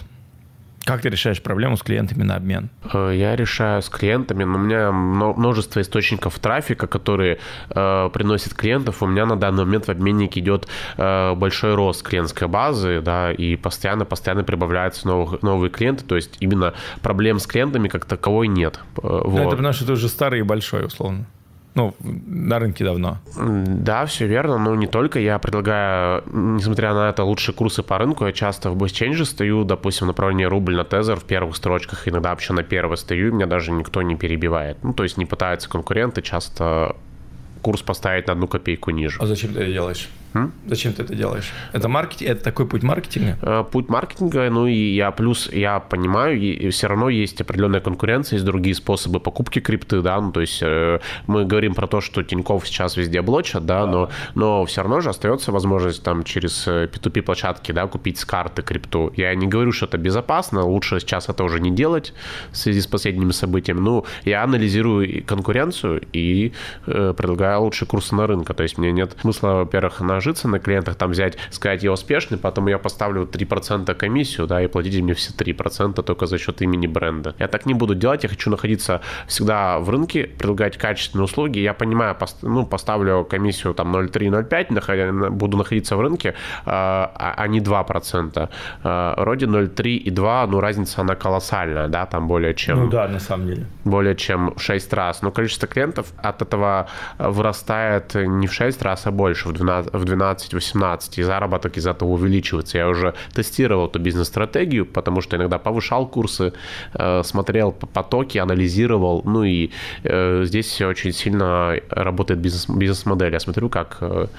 Как ты решаешь проблему с клиентами на обмен? Я решаю с клиентами, но у меня множество источников трафика, которые э, приносят клиентов. У меня на данный момент в обменнике идет э, большой рост клиентской базы, да, и постоянно-постоянно прибавляются новых, новые клиенты. То есть именно проблем с клиентами как таковой нет. Вот. Ну, это потому что ты уже старый и большой, условно. ну, на рынке давно. Да, все верно, но не только. Я предлагаю, несмотря на это, лучшие курсы по рынку. Я часто в BestChange стою, допустим, в направлении рубль на тезер в первых строчках, иногда вообще на первой стою, и меня даже никто не перебивает. Ну, то есть не пытаются конкуренты часто курс поставить на одну копейку ниже. А зачем ты это делаешь? М? Зачем ты это делаешь? Это маркетинг? Это такой путь маркетинга? Путь маркетинга, ну и я плюс, я понимаю, и все равно есть определенная конкуренция, есть другие способы покупки крипты, да, ну то есть э, мы говорим про то, что Тинькофф сейчас везде блочат, да, но, но все равно же остается возможность там через пи ту пи площадки, да, купить с карты крипту. Я не говорю, что это безопасно, лучше сейчас это уже не делать в связи с последними событиями, ну, я анализирую конкуренцию и э, предлагаю лучшие курсы на рынке, то есть мне нет смысла, во-первых, на нажиться на клиентах, там взять, сказать, я успешный, потом я поставлю три процента комиссию, да, и платите мне все три процента только за счет имени бренда. Я так не буду делать, я хочу находиться всегда в рынке, предлагать качественные услуги. Я понимаю, ну, поставлю комиссию там ноль целых три - ноль целых пять, буду находиться в рынке, а не два процента. Вроде ноль целых три и два, ну, разница она колоссальная, да, там более чем... Ну да, на самом деле. Более чем в шесть раз. Но количество клиентов от этого вырастает не в шесть раз, а больше, в двенадцать, в двенадцать-восемнадцать, и заработок из этого увеличивается. Я уже тестировал эту бизнес-стратегию, потому что иногда повышал курсы, э, смотрел потоки, анализировал, ну и э, здесь очень сильно работает бизнес, бизнес-модель. Я смотрю, как, э,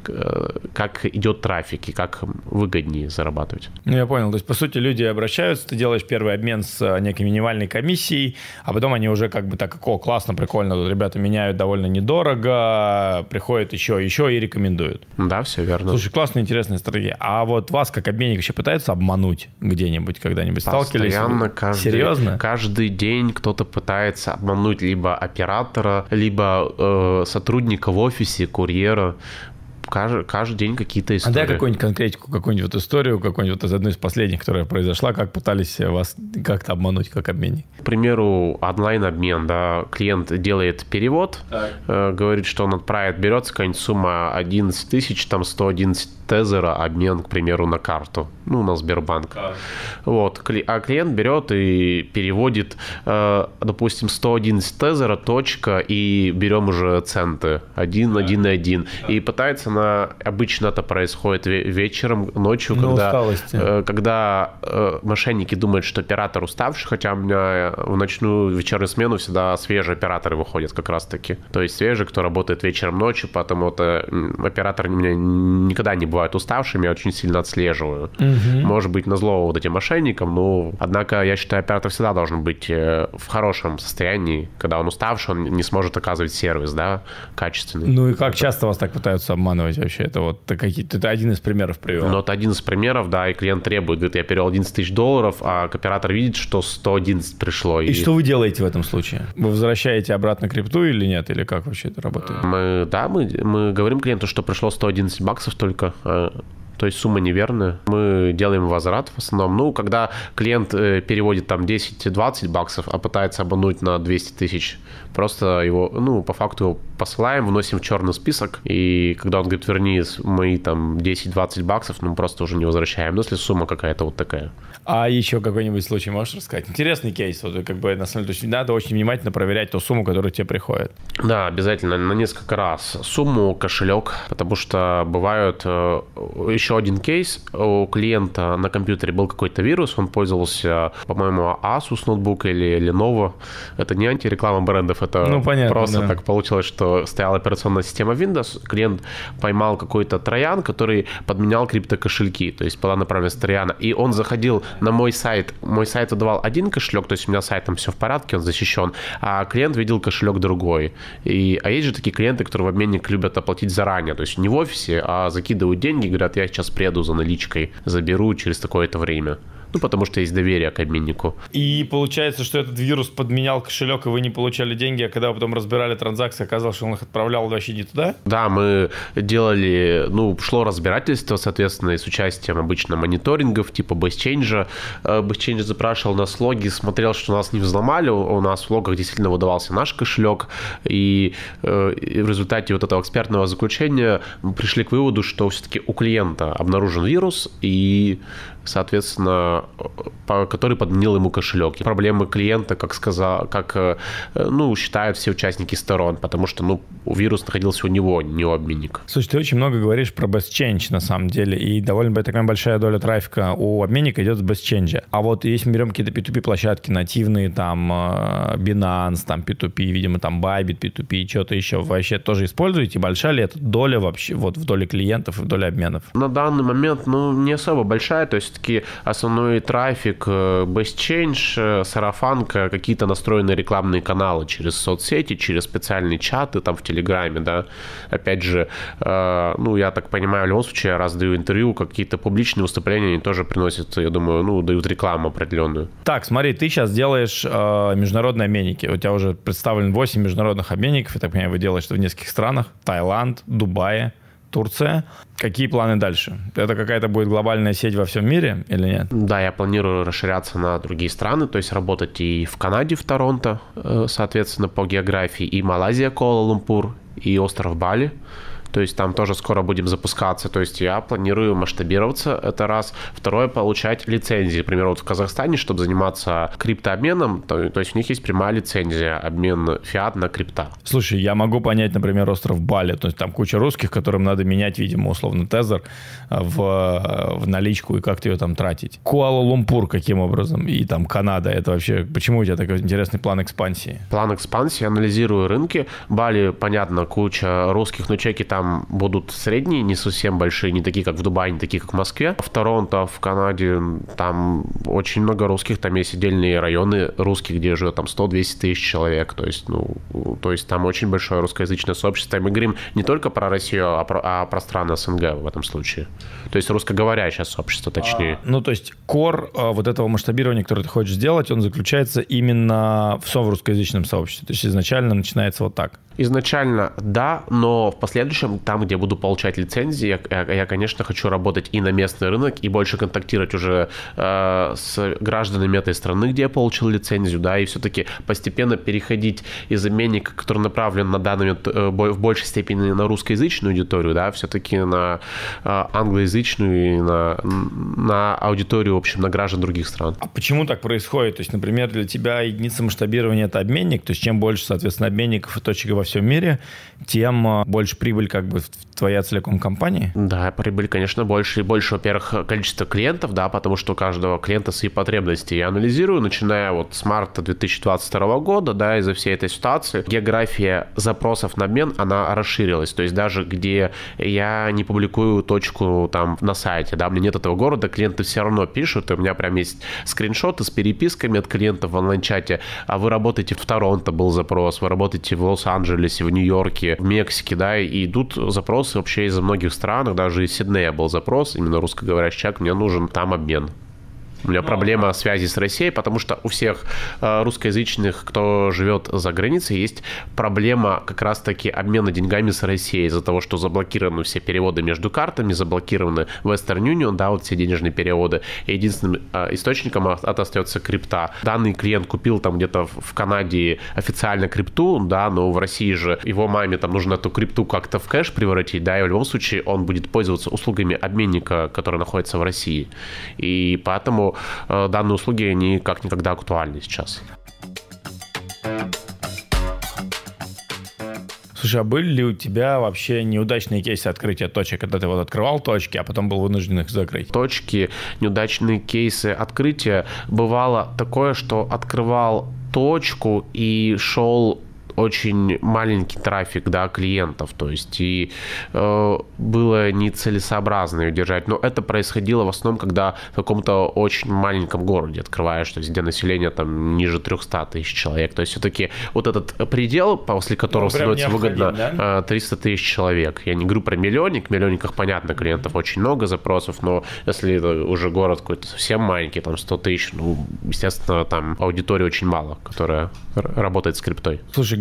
как идет трафик и как выгоднее зарабатывать. Ну, я понял. То есть, по сути, люди обращаются, ты делаешь первый обмен с некой минимальной комиссией, а потом они уже как бы так, о, классно, прикольно, тут ребята меняют довольно недорого, приходят еще, еще и рекомендуют. Да, все верно. Слушай, классная, интересная стратегия. А вот вас, как обменник, еще пытаются обмануть где-нибудь, когда-нибудь сталкивались? Постоянно, каждый, Серьезно? Каждый день кто-то пытается обмануть либо оператора, либо э, сотрудника в офисе, курьера. Каждый, каждый день какие-то истории. А дай какую-нибудь конкретику, какую-нибудь вот историю, какую-нибудь вот из одной из последних, которая произошла, как пытались вас как-то обмануть, как обменник? К примеру, онлайн-обмен, да, клиент делает перевод, э, говорит, что он отправит, берется какая-нибудь сумма одиннадцать тысяч, там сто одиннадцать тезера, обмен, к примеру, на карту, ну, на Сбербанк. Так. Вот, а клиент берет и переводит, э, допустим, сто одиннадцать тезера, точка, и берем уже центы, один, так. один и один, так. И пытается на обычно это происходит вечером, ночью, на когда, усталости. когда э, мошенники думают, что оператор уставший, хотя у меня в ночную вечернюю смену всегда свежие операторы выходят как раз-таки. То есть свежие, кто работает вечером, ночью, поэтому это операторы у меня никогда не бывают уставшими, я очень сильно отслеживаю. Угу. Может быть, назло вот этим мошенникам, но однако я считаю, оператор всегда должен быть в хорошем состоянии. Когда он уставший, он не сможет оказывать сервис, да, качественный. Ну и как часто вас так пытаются обманывать вообще? Это вот какие-то, это один из примеров привел. Ну, это один из примеров, да, и клиент требует, говорит, я перевел одиннадцать тысяч долларов, а оператор видит, что сто одиннадцать пришло. И, и что вы делаете в этом случае? Вы возвращаете обратно крипту или нет? Или как вообще это работает? Мы, да, мы, мы говорим клиенту, что пришло сто одиннадцать баксов только. То есть сумма неверная. Мы делаем возврат в основном. Ну, когда клиент э, переводит там десять-двадцать баксов, а пытается обмануть на двести тысяч, просто его, ну, по факту его посылаем, вносим в черный список, и когда он говорит, верни мои там десять-двадцать баксов, ну, просто уже не возвращаем, ну, если сумма какая-то вот такая. А еще какой-нибудь случай можешь рассказать? Интересный кейс. Вот, как бы, на самом деле, надо очень внимательно проверять ту сумму, которая тебе приходит. Да, обязательно, на несколько раз. Сумму, кошелек, потому что бывают... Э, еще один кейс. У клиента на компьютере был какой-то вирус, он пользовался, по-моему, Asus ноутбук или Lenovo. Это не антиреклама брендов, это ну, понятно, просто да. Так получилось, что стояла операционная система Windows, клиент поймал какой-то троян, который подменял криптокошельки, то есть была направленность трояна, и он заходил на мой сайт, мой сайт выдавал один кошелек, то есть у меня с сайтом все в порядке, он защищен, а клиент видел кошелек другой. И, а есть же такие клиенты, которые в обменник любят оплатить заранее, то есть не в офисе, а закидывают деньги, говорят, я сейчас приеду за наличкой, заберу через такое-то время. Ну, потому что есть доверие к обменнику. И получается, что этот вирус подменял кошелек, и вы не получали деньги, а когда вы потом разбирали транзакции, оказалось, что он их отправлял вообще не туда? Да, мы делали, ну, шло разбирательство, соответственно, и с участием обычно мониторингов, типа BestChange. BestChange запрашивал нас логи, смотрел, что нас не взломали, у нас в логах действительно выдавался наш кошелек, и в результате вот этого экспертного заключения мы пришли к выводу, что все-таки у клиента обнаружен вирус, и, соответственно, который подменил ему кошелек. И проблемы клиента, как сказал, как ну, считают все участники сторон, потому что ну, вирус находился у него, не у обменника. Слушай, ты очень много говоришь про BestChange на самом деле, и довольно такая большая доля трафика у обменника идет с BestChange. А вот если мы берем какие-то пи ту пи площадки нативные, там Binance, там пи ту пи, видимо, там Bybit, пи ту пи, что-то еще, вообще тоже используете? Большая ли эта доля вообще вот в доле клиентов и в доле обменов? На данный момент, ну, не особо большая, то есть все-таки основной трафик BestChange, сарафанка, какие-то настроенные рекламные каналы через соцсети, через специальные чаты там в Телеграме, да. Опять же, э, ну, я так понимаю, в любом случае, я раз даю интервью, какие-то публичные выступления они тоже приносят, я думаю, ну, дают рекламу определенную. Так, смотри, ты сейчас делаешь э, международные обменники. У тебя уже представлен восемь международных обменников, я так понимаю, вы делаете это в нескольких странах. Таиланд, Дубай, Турция. Какие планы дальше? Это какая-то будет глобальная сеть во всем мире или нет? Да, я планирую расширяться на другие страны, то есть работать и в Канаде, в Торонто, соответственно, по географии, и Малайзия, Куала-Лумпур, и остров Бали. То есть там тоже скоро будем запускаться. То есть я планирую масштабироваться, это раз. Второе, получать лицензии. Например, вот в Казахстане, чтобы заниматься криптообменом, то, то есть у них есть прямая лицензия, обмен фиат на крипта. Слушай, я могу понять, например, остров Бали. То есть там куча русских, которым надо менять, видимо, условно, тезер в, в наличку и как-то ее там тратить. Куала-Лумпур каким образом? И там Канада. Это вообще... Почему у тебя такой интересный план экспансии? План экспансии. Анализирую рынки. Бали, понятно, куча русских, но чеки там будут средние, не совсем большие, не такие, как в Дубае, не такие, как в Москве. В Торонто, в Канаде, там очень много русских, там есть отдельные районы русских, где живет там сто-двести тысяч человек, то есть, ну, то есть там очень большое русскоязычное сообщество. И мы говорим не только про Россию, а про, а про страны СНГ в этом случае. То есть русскоговорящее сообщество, точнее. А, ну, то есть кор а, вот этого масштабирования, которое ты хочешь сделать, он заключается именно в всем русскоязычном сообществе. То есть изначально начинается вот так. Изначально да, но в последующем, там, где буду получать лицензии, я, я конечно, хочу работать и на местный рынок, и больше контактировать уже э, с гражданами этой страны, где я получил лицензию, да, и все-таки постепенно переходить из обменника, который направлен на данный момент э, в большей степени на русскоязычную аудиторию, да, все-таки на э, англоязычную и на, на аудиторию, в общем, на граждан других стран. А почему так происходит? То есть, например, для тебя единица масштабирования – это обменник, то есть чем больше, соответственно, обменников и точек во всем мире, тем больше прибыль как бы в твоя целиком компании? Да, прибыль, конечно, больше и больше, во-первых, количество клиентов, да, потому что у каждого клиента свои потребности. Я анализирую, начиная вот с марта две тысячи двадцать второго года, да, из-за всей этой ситуации, география запросов на обмен, она расширилась. То есть даже где я не публикую точку там на сайте, да, у меня нет этого города, клиенты все равно пишут, и у меня прям есть скриншоты с переписками от клиентов в онлайн-чате. А вы работаете в Торонто, был запрос, вы работаете в Лос-Анджелесе, в Нью-Йорке, в Мексике, да, и идут запросы вообще из многих стран, даже из Сиднея был запрос, именно русскоговорящий человек, мне нужен там обмен. У меня проблема связи с Россией, потому что у всех э, русскоязычных, кто живет за границей, есть проблема как раз-таки обмена деньгами с Россией из-за того, что заблокированы все переводы между картами, заблокированы Western Union, да, вот все денежные переводы. И единственным э, источником это остается крипта. Данный клиент купил там где-то в Канаде официально крипту, да, но в России же его маме там нужно эту крипту как-то в кэш превратить, да, и в любом случае он будет пользоваться услугами обменника, который находится в России. И поэтому данные услуги, они как никогда актуальны сейчас. Слушай, а были ли у тебя вообще неудачные кейсы открытия точек, когда ты вот открывал точки, а потом был вынужден их закрыть? Точки, неудачные кейсы открытия. Бывало такое, что открывал точку и шел очень маленький трафик, да, клиентов, то есть и э, было нецелесообразно ее держать, но это происходило в основном, когда в каком-то очень маленьком городе открываешь, то есть где население там ниже триста тысяч человек, то есть все-таки вот этот предел, после которого ну, становится выгодно, да? триста тысяч человек. Я не говорю про миллионник, в миллионниках, понятно, клиентов очень много запросов, но если это уже город какой-то совсем маленький, там сто тысяч, ну, естественно, там аудитории очень мало, которая работает с криптой. Слушай,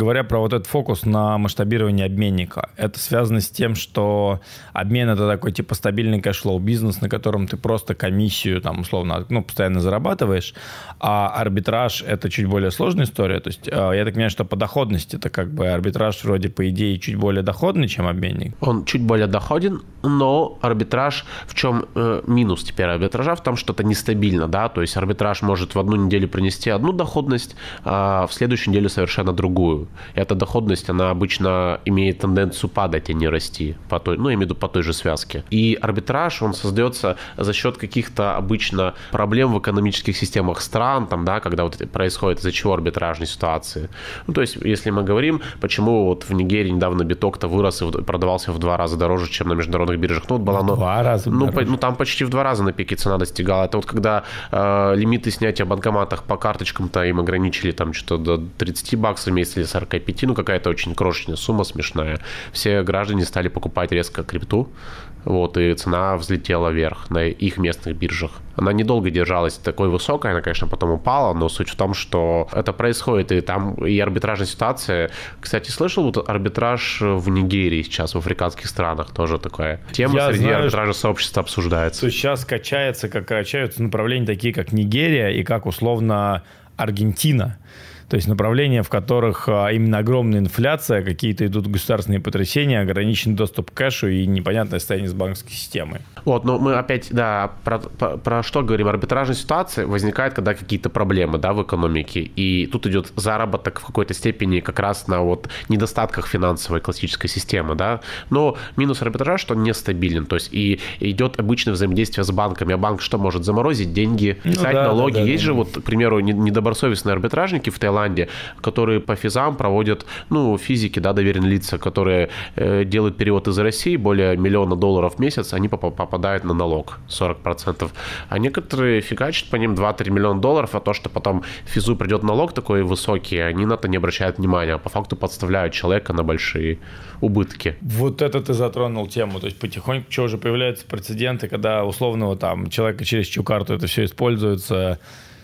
говоря про вот этот фокус на масштабирование обменника, это связано с тем, что обмен — это такой типа стабильный кэшфлоу бизнес, на котором ты просто комиссию там условно, ну, постоянно зарабатываешь, а арбитраж — это чуть более сложная история. То есть я так понимаю, что по доходности это как бы арбитраж вроде по идее чуть более доходный, чем обменник. Он чуть более доходен, но арбитраж, в чем э, минус теперь арбитража? В том, что это нестабильно, да, то есть арбитраж может в одну неделю принести одну доходность, а в следующую неделю совершенно другую. И эта доходность, она обычно имеет тенденцию падать, а не расти, по той, ну, я имею в виду по той же связке. И арбитраж, он создается за счет каких-то обычно проблем в экономических системах стран, там, да, когда вот это происходит, из-за чего арбитражные ситуации. Ну, то есть, если мы говорим, почему вот в Нигерии недавно биток-то вырос и продавался в два раза дороже, чем на международных биржах. Ну, вот была, в два раза ну, по, ну, там почти в два раза на пике цена достигала. Это вот когда э, лимиты снятия в банкоматах по карточкам-то им ограничили там что-то до тридцати баксов в месяц или сорока пяти, ну, какая-то очень крошечная сумма, смешная. Все граждане стали покупать резко крипту, вот, и цена взлетела вверх на их местных биржах. Она недолго держалась такой высокой, она, конечно, потом упала, но суть в том, что это происходит, и там и арбитражная ситуация. Кстати, слышал, вот арбитраж в Нигерии сейчас, в африканских странах тоже такая тема. Я среди знаю, арбитражного сообщества обсуждается. То сейчас качается, как качаются направления такие, как Нигерия и как, условно, Аргентина. То есть направления, в которых именно огромная инфляция, какие-то идут государственные потрясения, ограниченный доступ к кэшу и непонятное состояние с банковской системой. Вот, но мы опять, да, про, про, про что говорим? Арбитражная ситуация возникает, когда какие-то проблемы, да, в экономике, и тут идет заработок в какой-то степени как раз на вот недостатках финансовой классической системы, да. Но минус арбитража, что он нестабилен, то есть и идет обычное взаимодействие с банками, а банк что может? Заморозить деньги, писать ну, да, налоги. Да, да, Есть да, же, да. вот, к примеру, недобросовестные арбитражники в Таиланде, которые по физам проводят, ну, физики, да, доверенные лица, которые э, делают перевод из России, более миллиона долларов в месяц, они поп- попадают на налог сорок процентов. А некоторые фигачат по ним два-три миллиона долларов, а то, что потом физу придет налог такой высокий, они на это не обращают внимания, а по факту подставляют человека на большие убытки. Вот это ты затронул тему, то есть потихоньку что уже появляются прецеденты, когда условного там человека через чью карту это все используется,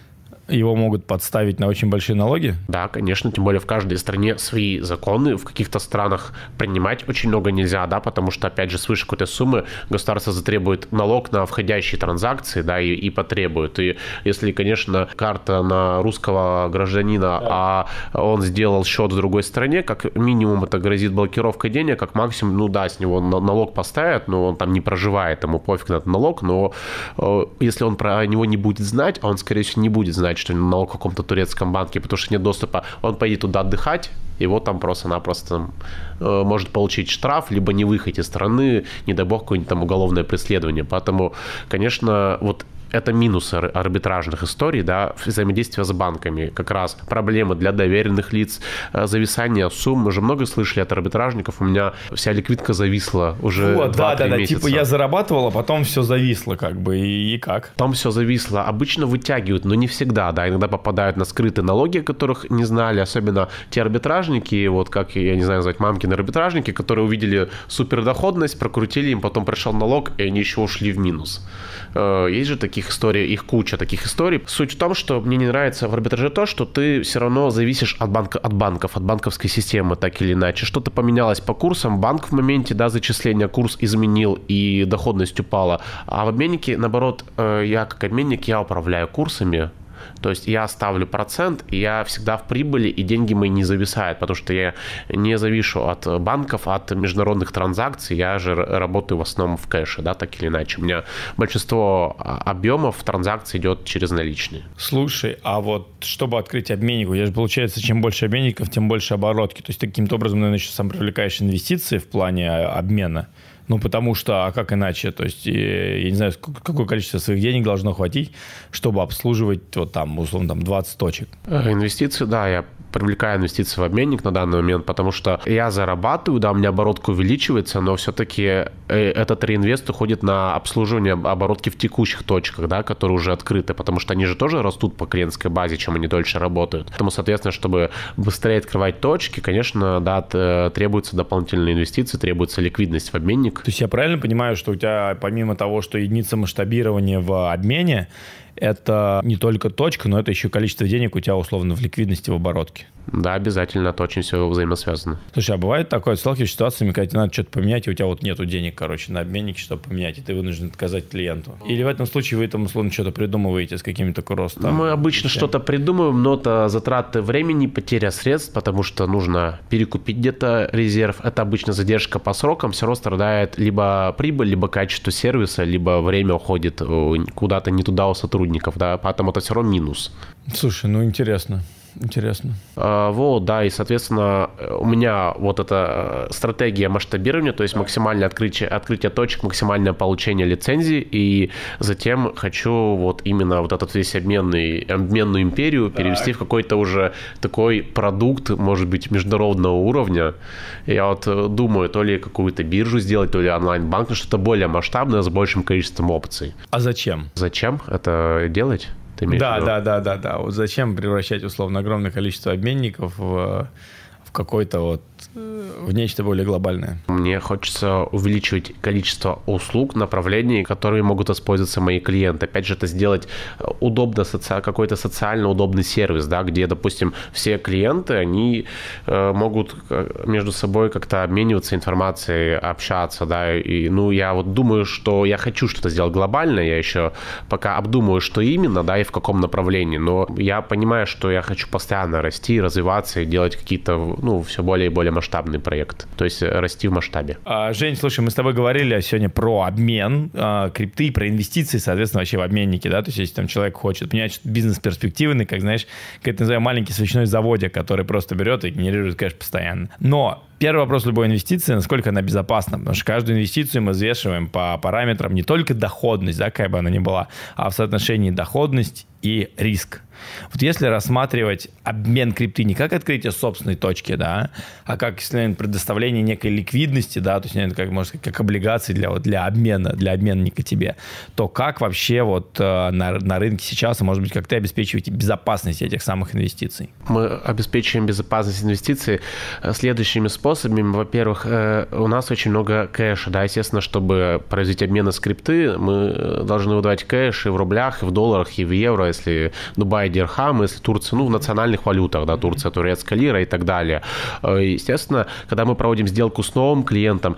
его могут подставить на очень большие налоги? Да, конечно, тем более в каждой стране свои законы, в каких-то странах принимать очень много нельзя, да, потому что, опять же, свыше какой-то суммы государство затребует налог на входящие транзакции, да, и, и потребует. И если, конечно, карта на русского гражданина, да. а он сделал счет в другой стране, как минимум это грозит блокировкой денег, как максимум, ну да, с него налог поставят, но он там не проживает, ему пофиг на этот налог, но э, если он про него не будет знать, а он, скорее всего, не будет знать, что налог в каком-то турецком банке, потому что нет доступа, он поедет туда отдыхать, и вот там просто-напросто э, может получить штраф, либо не выехать из страны, не дай бог, какое-нибудь там уголовное преследование. Поэтому, конечно, вот это минусы арбитражных историй, да, взаимодействие с банками, как раз проблемы для доверенных лиц, зависание сумм. Мы же много слышали от арбитражников, у меня вся ликвидка зависла уже вот, два-три да, да, месяца. Типа я зарабатывал, а потом все зависло, как бы, и, и как? Потом все зависло. Обычно вытягивают, но не всегда, да, иногда попадают на скрытые налоги, которых не знали, особенно те арбитражники, вот как, я не знаю назвать, мамкины арбитражники, которые увидели супердоходность, прокрутили, им потом пришел налог, и они еще ушли в минус. Есть же такие историй, их куча таких историй. Суть в том, что мне не нравится в арбитраже то, что ты все равно зависишь от, банка, от банков, от банковской системы, так или иначе. Что-то поменялось по курсам, банк в моменте, да, зачисления курс изменил и доходность упала. А в обменнике, наоборот, я как обменник, я управляю курсами. То есть я ставлю процент, и я всегда в прибыли, и деньги мои не зависают, потому что я не завишу от банков, от международных транзакций, я же работаю в основном в кэше, да, так или иначе. У меня большинство объемов транзакций идет через наличные. Слушай, а вот чтобы открыть обменник, у тебя же получается, чем больше обменников, тем больше оборотки. То есть ты каким-то образом, наверное, еще сам привлекаешь инвестиции в плане обмена. Ну, потому что, а как иначе? То есть, я не знаю, какое количество своих денег должно хватить, чтобы обслуживать, вот там, условно, там, двадцать точек. Инвестиции, да, я привлекаю инвестиции в обменник на данный момент, потому что я зарабатываю, да, у меня оборотка увеличивается, но все-таки этот реинвест уходит на обслуживание оборотки в текущих точках, да, которые уже открыты, потому что они же тоже растут по клиентской базе, чем они дольше работают. Поэтому, соответственно, чтобы быстрее открывать точки, конечно, да, требуются дополнительные инвестиции, требуется ликвидность в обменник. То есть я правильно понимаю, что у тебя помимо того, что единица масштабирования в обмене, это не только точка, но это еще количество денег у тебя условно в ликвидности в оборотке? Да, обязательно, это очень все взаимосвязано. Слушай, а бывает такое, сталкиваешься с ситуациями, когда тебе надо что-то поменять, и у тебя вот нету денег, короче, на обменнике, чтобы поменять, и ты вынужден отказать клиенту? Или в этом случае вы там, условно, что-то придумываете с какими-то кростами? Мы обычно вещами? Что-то придумываем, но это затраты времени, потеря средств, потому что нужно перекупить где-то резерв. Это обычно задержка по срокам, все равно страдает либо прибыль, либо качество сервиса, либо время уходит куда-то не туда у сотрудников, да, поэтому это все равно минус. Слушай, ну интересно. Интересно. А, вот, да, и, соответственно, у меня вот эта стратегия масштабирования, то есть максимальное открытие, открытие точек, максимальное получение лицензий, и затем хочу вот именно вот этот весь обменный, обменную империю перевести так. в какой-то уже такой продукт, может быть, международного уровня. Я вот думаю, то ли какую-то биржу сделать, то ли онлайн-банк, что-то более масштабное, с большим количеством опций. А зачем? Зачем это делать? Да, да, да, да, да. Вот зачем превращать условно огромное количество обменников в, в какой-то вот в нечто более глобальное? Мне хочется увеличивать количество услуг, направлений, которые могут использоваться мои клиенты. Опять же, это сделать удобно, соци... какой-то социально удобный сервис, да, где, допустим, все клиенты, они э, могут между собой как-то обмениваться информацией, общаться, да, и, ну, я вот думаю, что я хочу что-то сделать глобальное, я еще пока обдумываю, что именно, да, и в каком направлении, но я понимаю, что я хочу постоянно расти, развиваться и делать какие-то, ну, все более и более масштабный проект, то есть расти в масштабе. А, Жень, слушай, мы с тобой говорили сегодня про обмен а, крипты, про инвестиции, соответственно, вообще в обменнике, да, то есть если там человек хочет поменять бизнес перспективный, как, знаешь, как это называем, маленький свечной заводик, который просто берет и генерирует кэш постоянно. Но первый вопрос любой инвестиции, насколько она безопасна, потому что каждую инвестицию мы взвешиваем по параметрам не только доходность, да, какая бы она ни была, а в соотношении доходность и риск. Вот если рассматривать обмен крипты не как открытие собственной точки, да, а как, если предоставление некой ликвидности, да, то есть как, может сказать, как облигации для, вот, для обмена, для обменника тебе, то как вообще вот э, на, на рынке сейчас, а может быть, как ты обеспечиваете безопасность этих самых инвестиций? Мы обеспечиваем безопасность инвестиций следующими способами. Во-первых, э, у нас очень много кэша, да, естественно, чтобы произвести обмен с крипты, мы должны выдавать кэш и в рублях, и в долларах, и в евро, если Дубай дирхам, если Турция, ну, в национальных валютах, да, Турция, турецкая лира и так далее. Естественно, когда мы проводим сделку с новым клиентом,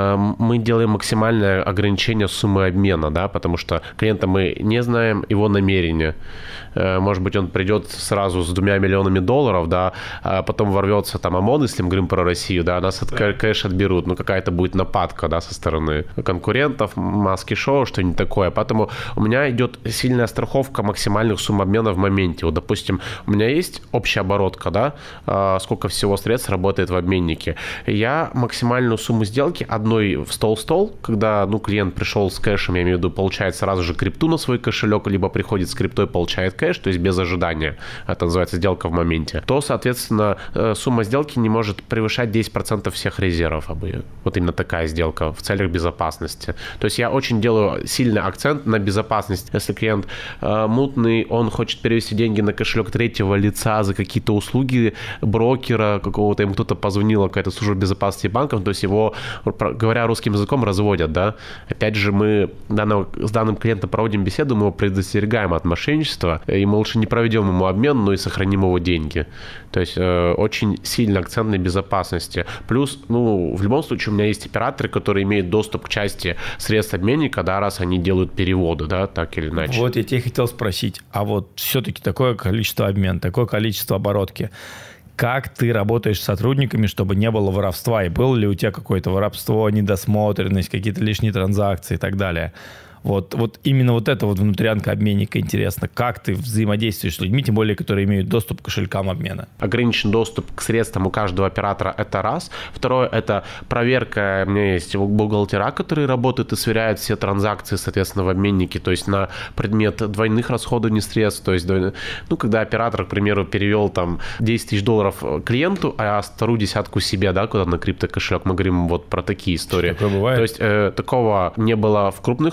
мы делаем максимальное ограничение суммы обмена, да, потому что клиента мы не знаем его намерения. Может быть, он придет сразу с двумя миллионами долларов, да, а потом ворвется там ОМОН, если мы говорим про Россию, да, нас от кэш отберут, ну, какая-то будет нападка, да, со стороны конкурентов, маски-шоу, что-нибудь такое. Поэтому у меня идет сильная страховка максимальных сумм обмена в моменте. Вот, допустим, у меня есть общая оборотка, да, сколько всего средств работает в обменнике. Я максимальную сумму сделки одной в стол-стол, когда, ну, клиент пришел с кэшем, я имею в виду, получает сразу же крипту на свой кошелек, либо приходит с криптой, получает кэш, то есть без ожидания, это называется сделка в моменте, то, соответственно, сумма сделки не может превышать десять процентов всех резервов. Вот именно такая сделка в целях безопасности. То есть я очень делаю сильный акцент на безопасность. Если клиент э, мутный, он хочет перевести деньги на кошелек третьего лица за какие-то услуги брокера какого-то, ему кто-то позвонил, какая-то служба безопасности банков, то есть его, говоря русским языком, разводят, да. Опять же, мы данного, с данным клиентом проводим беседу, мы его предостерегаем от мошенничества, и мы лучше не проведем ему обмен, но и сохраним его деньги. То есть э, очень сильный акцент на безопасности. Плюс, ну, в любом случае, у меня есть операторы, которые имеют доступ к части средств обменника, да, раз они делают переводы, да, так или иначе. Вот я тебя хотел спросить, а вот все-таки такое количество обмен, такое количество оборотки, как ты работаешь с сотрудниками, чтобы не было воровства? И было ли у тебя какое-то воровство, недосмотренность, какие-то лишние транзакции и так далее? Вот, вот именно вот эта вот внутрянка обменника интересно. Как ты взаимодействуешь с людьми, тем более, которые имеют доступ к кошелькам обмена? Ограничен доступ к средствам у каждого оператора – это раз. Второе – это проверка. У меня есть бухгалтера, которые работают и сверяют все транзакции, соответственно, в обменнике, то есть на предмет двойных расходований средств. То есть, ну, когда оператор, к примеру, перевел там десять тысяч долларов клиенту, а вторую десятку себе, да, куда на криптокошелек, мы говорим вот про такие истории. Такое бывает? То есть э, такого не было в крупных суммах.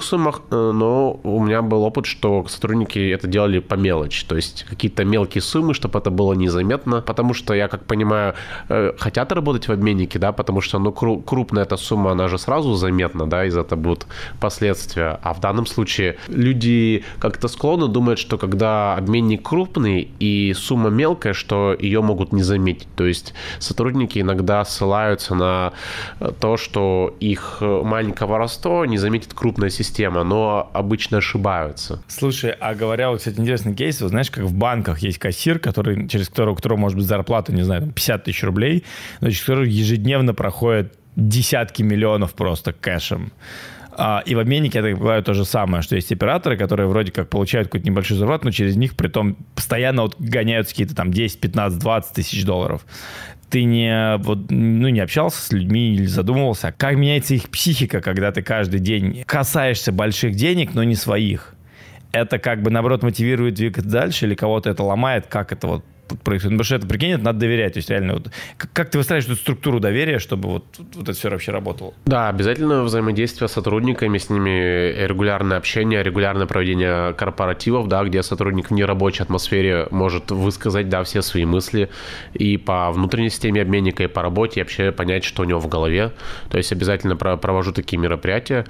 но у меня был опыт, что сотрудники это делали по мелочи, то есть какие-то мелкие суммы, чтобы это было незаметно, потому что, я как понимаю, хотят работать в обменнике, да, потому что, ну, крупная эта сумма, она же сразу заметна, да, из этого будут последствия, а в данном случае люди как-то склонны думать, что когда обменник крупный и сумма мелкая, что ее могут не заметить, то есть сотрудники иногда ссылаются на то, что их маленькое воровство не заметит крупная система, но обычно ошибаются. Слушай, а говоря, вот, кстати, интересный кейс, вот знаешь, как в банках есть кассир, который, через которого, у которого может быть зарплата, не знаю, там, пятьдесят тысяч рублей, но через который ежедневно проходят десятки миллионов просто кэшем. И в обменнике, я так понимаю, то же самое, что есть операторы, которые вроде как получают какую-то небольшую зарплату, но через них притом постоянно вот гоняются какие-то там десять, пятнадцать, двадцать тысяч долларов. Ты не, вот, ну, не общался с людьми или задумывался, как меняется их психика, когда ты каждый день касаешься больших денег, но не своих? Это как бы, наоборот, мотивирует двигаться дальше или кого-то это ломает? Как это вот происходит? Потому что это, прикинь, это надо доверять. То есть реально, вот, как, как ты выстраиваешь эту структуру доверия, чтобы вот, вот это все вообще работало? Да, обязательно взаимодействие с сотрудниками, с ними регулярное общение, регулярное проведение корпоративов, да, где сотрудник в нерабочей атмосфере может высказать, да, все свои мысли и по внутренней системе обменника, и по работе, и вообще понять, что у него в голове. То есть обязательно провожу такие мероприятия,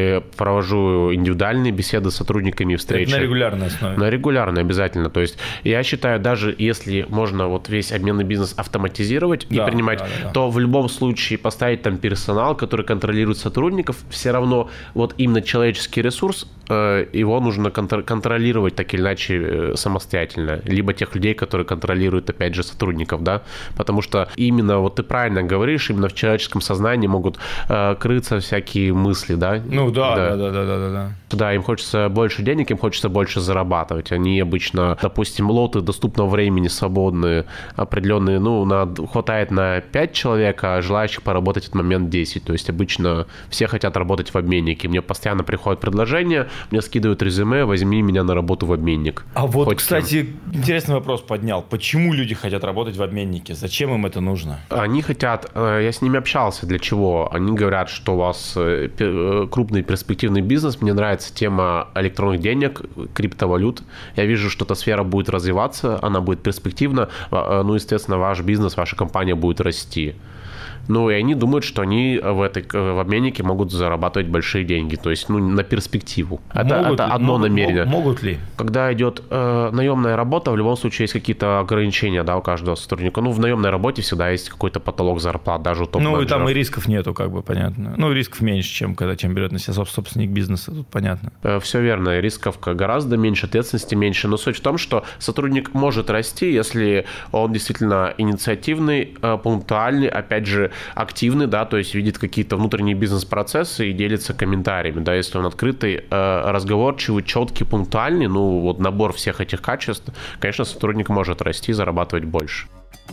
провожу индивидуальные беседы с сотрудниками, встречи. Это на регулярной основе? На регулярной обязательно. То есть я считаю, даже если Если можно вот весь обменный бизнес автоматизировать да, и принимать, да, да, да. то в любом случае поставить там персонал, который контролирует сотрудников, все равно вот именно человеческий ресурс, э, его нужно контр- контролировать так или иначе э, самостоятельно. Либо тех людей, которые контролируют, опять же, сотрудников, да, потому что именно, вот ты правильно говоришь, именно в человеческом сознании могут э, крыться всякие мысли, да. Ну да, да, да, да, да, да, да. Да, им хочется больше денег, им хочется больше зарабатывать. Они обычно, допустим, лоты доступного времени свободные, определенные, ну, на, хватает на пять человек, а желающих поработать в этот момент десять. То есть обычно все хотят работать в обменнике. Мне постоянно приходят предложения, мне скидывают резюме, возьми меня на работу в обменник. А вот, хоть кстати, кем. Интересный вопрос поднял. Почему люди хотят работать в обменнике? Зачем им это нужно? Они хотят, я с ними общался, для чего? Они говорят, что у вас крупный перспективный бизнес, мне нравится тема электронных денег, криптовалют. Я вижу, что эта сфера будет развиваться, она будет перспективна, ну, естественно, ваш бизнес, ваша компания будет расти. Ну, и они думают, что они в этой в обменнике могут зарабатывать большие деньги, то есть, ну, на перспективу. Это, могут, это одно могут, намерение. Могут ли? Когда идет э, наемная работа, в любом случае есть какие-то ограничения, да, у каждого сотрудника. Ну, в наемной работе всегда есть какой-то потолок зарплат, даже у топ-менеджеров. Ну, и там и рисков нету, как бы, понятно. Ну, рисков меньше, чем когда чем берет на себя собственник бизнеса, тут понятно. Э, все верно, рисков гораздо меньше, ответственности меньше, но суть в том, что сотрудник может расти, если он действительно инициативный, э, пунктуальный, опять же, активный, да, то есть видит какие-то внутренние бизнес-процессы и делится комментариями, да, если он открытый, э, разговорчивый, четкий, пунктуальный, ну, вот набор всех этих качеств, конечно, сотрудник может расти, зарабатывать больше.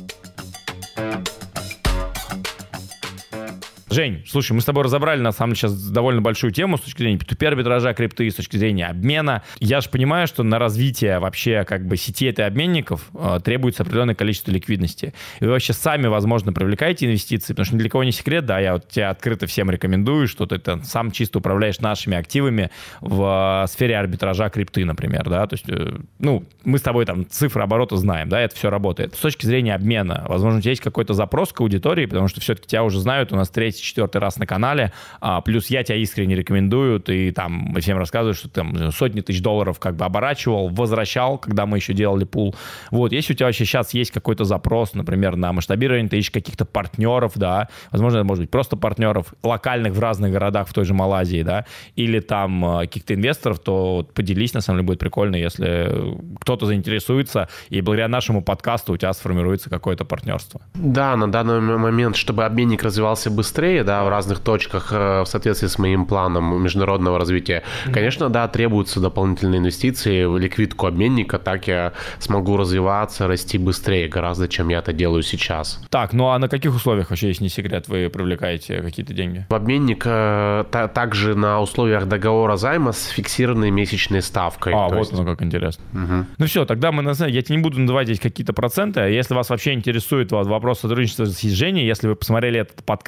Жень, слушай, мы с тобой разобрали, на самом деле, сейчас довольно большую тему с точки зрения пи ту пи арбитража крипты, с точки зрения обмена. Я же понимаю, что на развитие вообще как бы сети этой обменников э, требуется определенное количество ликвидности. И вы вообще сами, возможно, привлекаете инвестиции, потому что ни для кого не секрет, да, я вот тебе открыто всем рекомендую, что ты там сам чисто управляешь нашими активами в э, сфере арбитража крипты, например, да, то есть, э, ну, мы с тобой там цифры оборота знаем, да, это все работает. С точки зрения обмена, возможно, у тебя есть какой-то запрос к аудитории, потому что все-таки тебя уже знают, у нас третий, четвертый раз на канале, а, плюс я тебя искренне рекомендую, ты там всем рассказываешь, что ты там сотни тысяч долларов как бы оборачивал, возвращал, когда мы еще делали пул. Вот, если у тебя вообще сейчас есть какой-то запрос, например, на масштабирование, ты ищешь каких-то партнеров, да, возможно, это может быть просто партнеров локальных в разных городах в той же Малайзии, да, или там каких-то инвесторов, то вот поделись, на самом деле будет прикольно, если кто-то заинтересуется, и благодаря нашему подкасту у тебя сформируется какое-то партнерство. Да, на данный момент, чтобы обменник развивался быстрее, да, в разных точках в соответствии с моим планом международного развития. Mm-hmm. Конечно, да, требуются дополнительные инвестиции в ликвидку обменника, так я смогу развиваться, расти быстрее гораздо, чем я это делаю сейчас. Так, ну а на каких условиях вообще, если не секрет, вы привлекаете какие-то деньги? В обменник э, та, также на условиях договора займа с фиксированной месячной ставкой. А, вот есть... оно как интересно. Угу. Ну все, тогда мы, я тебе не буду называть здесь какие-то проценты. Если вас вообще интересует вопрос сотрудничества с Женей, если вы посмотрели этот подкаст,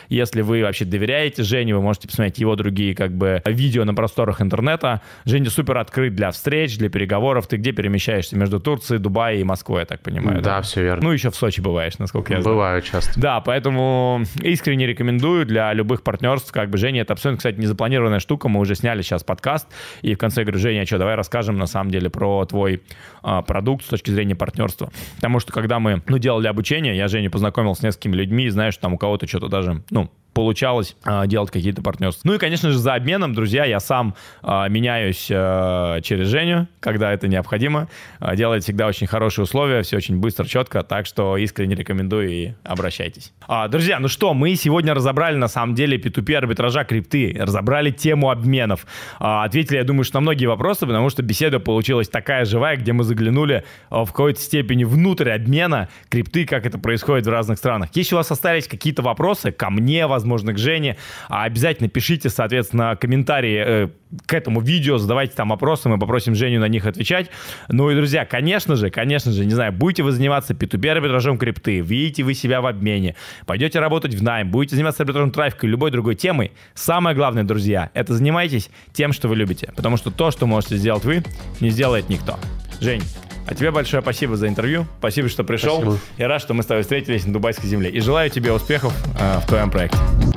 Если вы вообще доверяете Жене, вы можете посмотреть его другие как бы видео на просторах интернета. Женя супер открыт для встреч, для переговоров. Ты где перемещаешься? Между Турцией, Дубаем и Москвой, я так понимаю. Да, да? все верно. Ну, еще в Сочи бываешь, насколько я знаю. Бываю часто. Да, поэтому искренне рекомендую для любых партнерств. Как бы Женя, это абсолютно, кстати, незапланированная штука. Мы уже сняли сейчас подкаст. И в конце я говорю: Женя, что, давай расскажем на самом деле про твой а, продукт с точки зрения партнерства. Потому что когда мы ну, делали обучение, я Женю познакомил с несколькими людьми, и знаешь, там у кого-то что-то даже, ну, получалось э, делать какие-то партнерства. Ну и, конечно же, за обменом, друзья, я сам э, меняюсь э, через Женю, когда это необходимо. Э, делает всегда очень хорошие условия, все очень быстро, четко, так что искренне рекомендую и обращайтесь. А, друзья, ну что, мы сегодня разобрали, на самом деле, пи ту пи арбитража крипты, разобрали тему обменов. А, ответили, я думаю, что на многие вопросы, потому что беседа получилась такая живая, где мы заглянули в какой-то степени внутрь обмена крипты, как это происходит в разных странах. Если у вас остались какие-то вопросы ко мне, возможно, возможно, к Жене. Обязательно пишите, соответственно, комментарии э, к этому видео, задавайте там вопросы, мы попросим Женю на них отвечать. Ну и, друзья, конечно же, конечно же, не знаю, будете вы заниматься пи ту пи арбитражом крипты, видите вы себя в обмене, пойдете работать в найм, будете заниматься арбитражом трафика или любой другой темой, самое главное, друзья, это занимайтесь тем, что вы любите, потому что то, что можете сделать вы, не сделает никто. Жень, а тебе большое спасибо за интервью. Спасибо, что пришел. Спасибо. Я рад, что мы с тобой встретились на дубайской земле. И желаю тебе успехов э, в твоем проекте.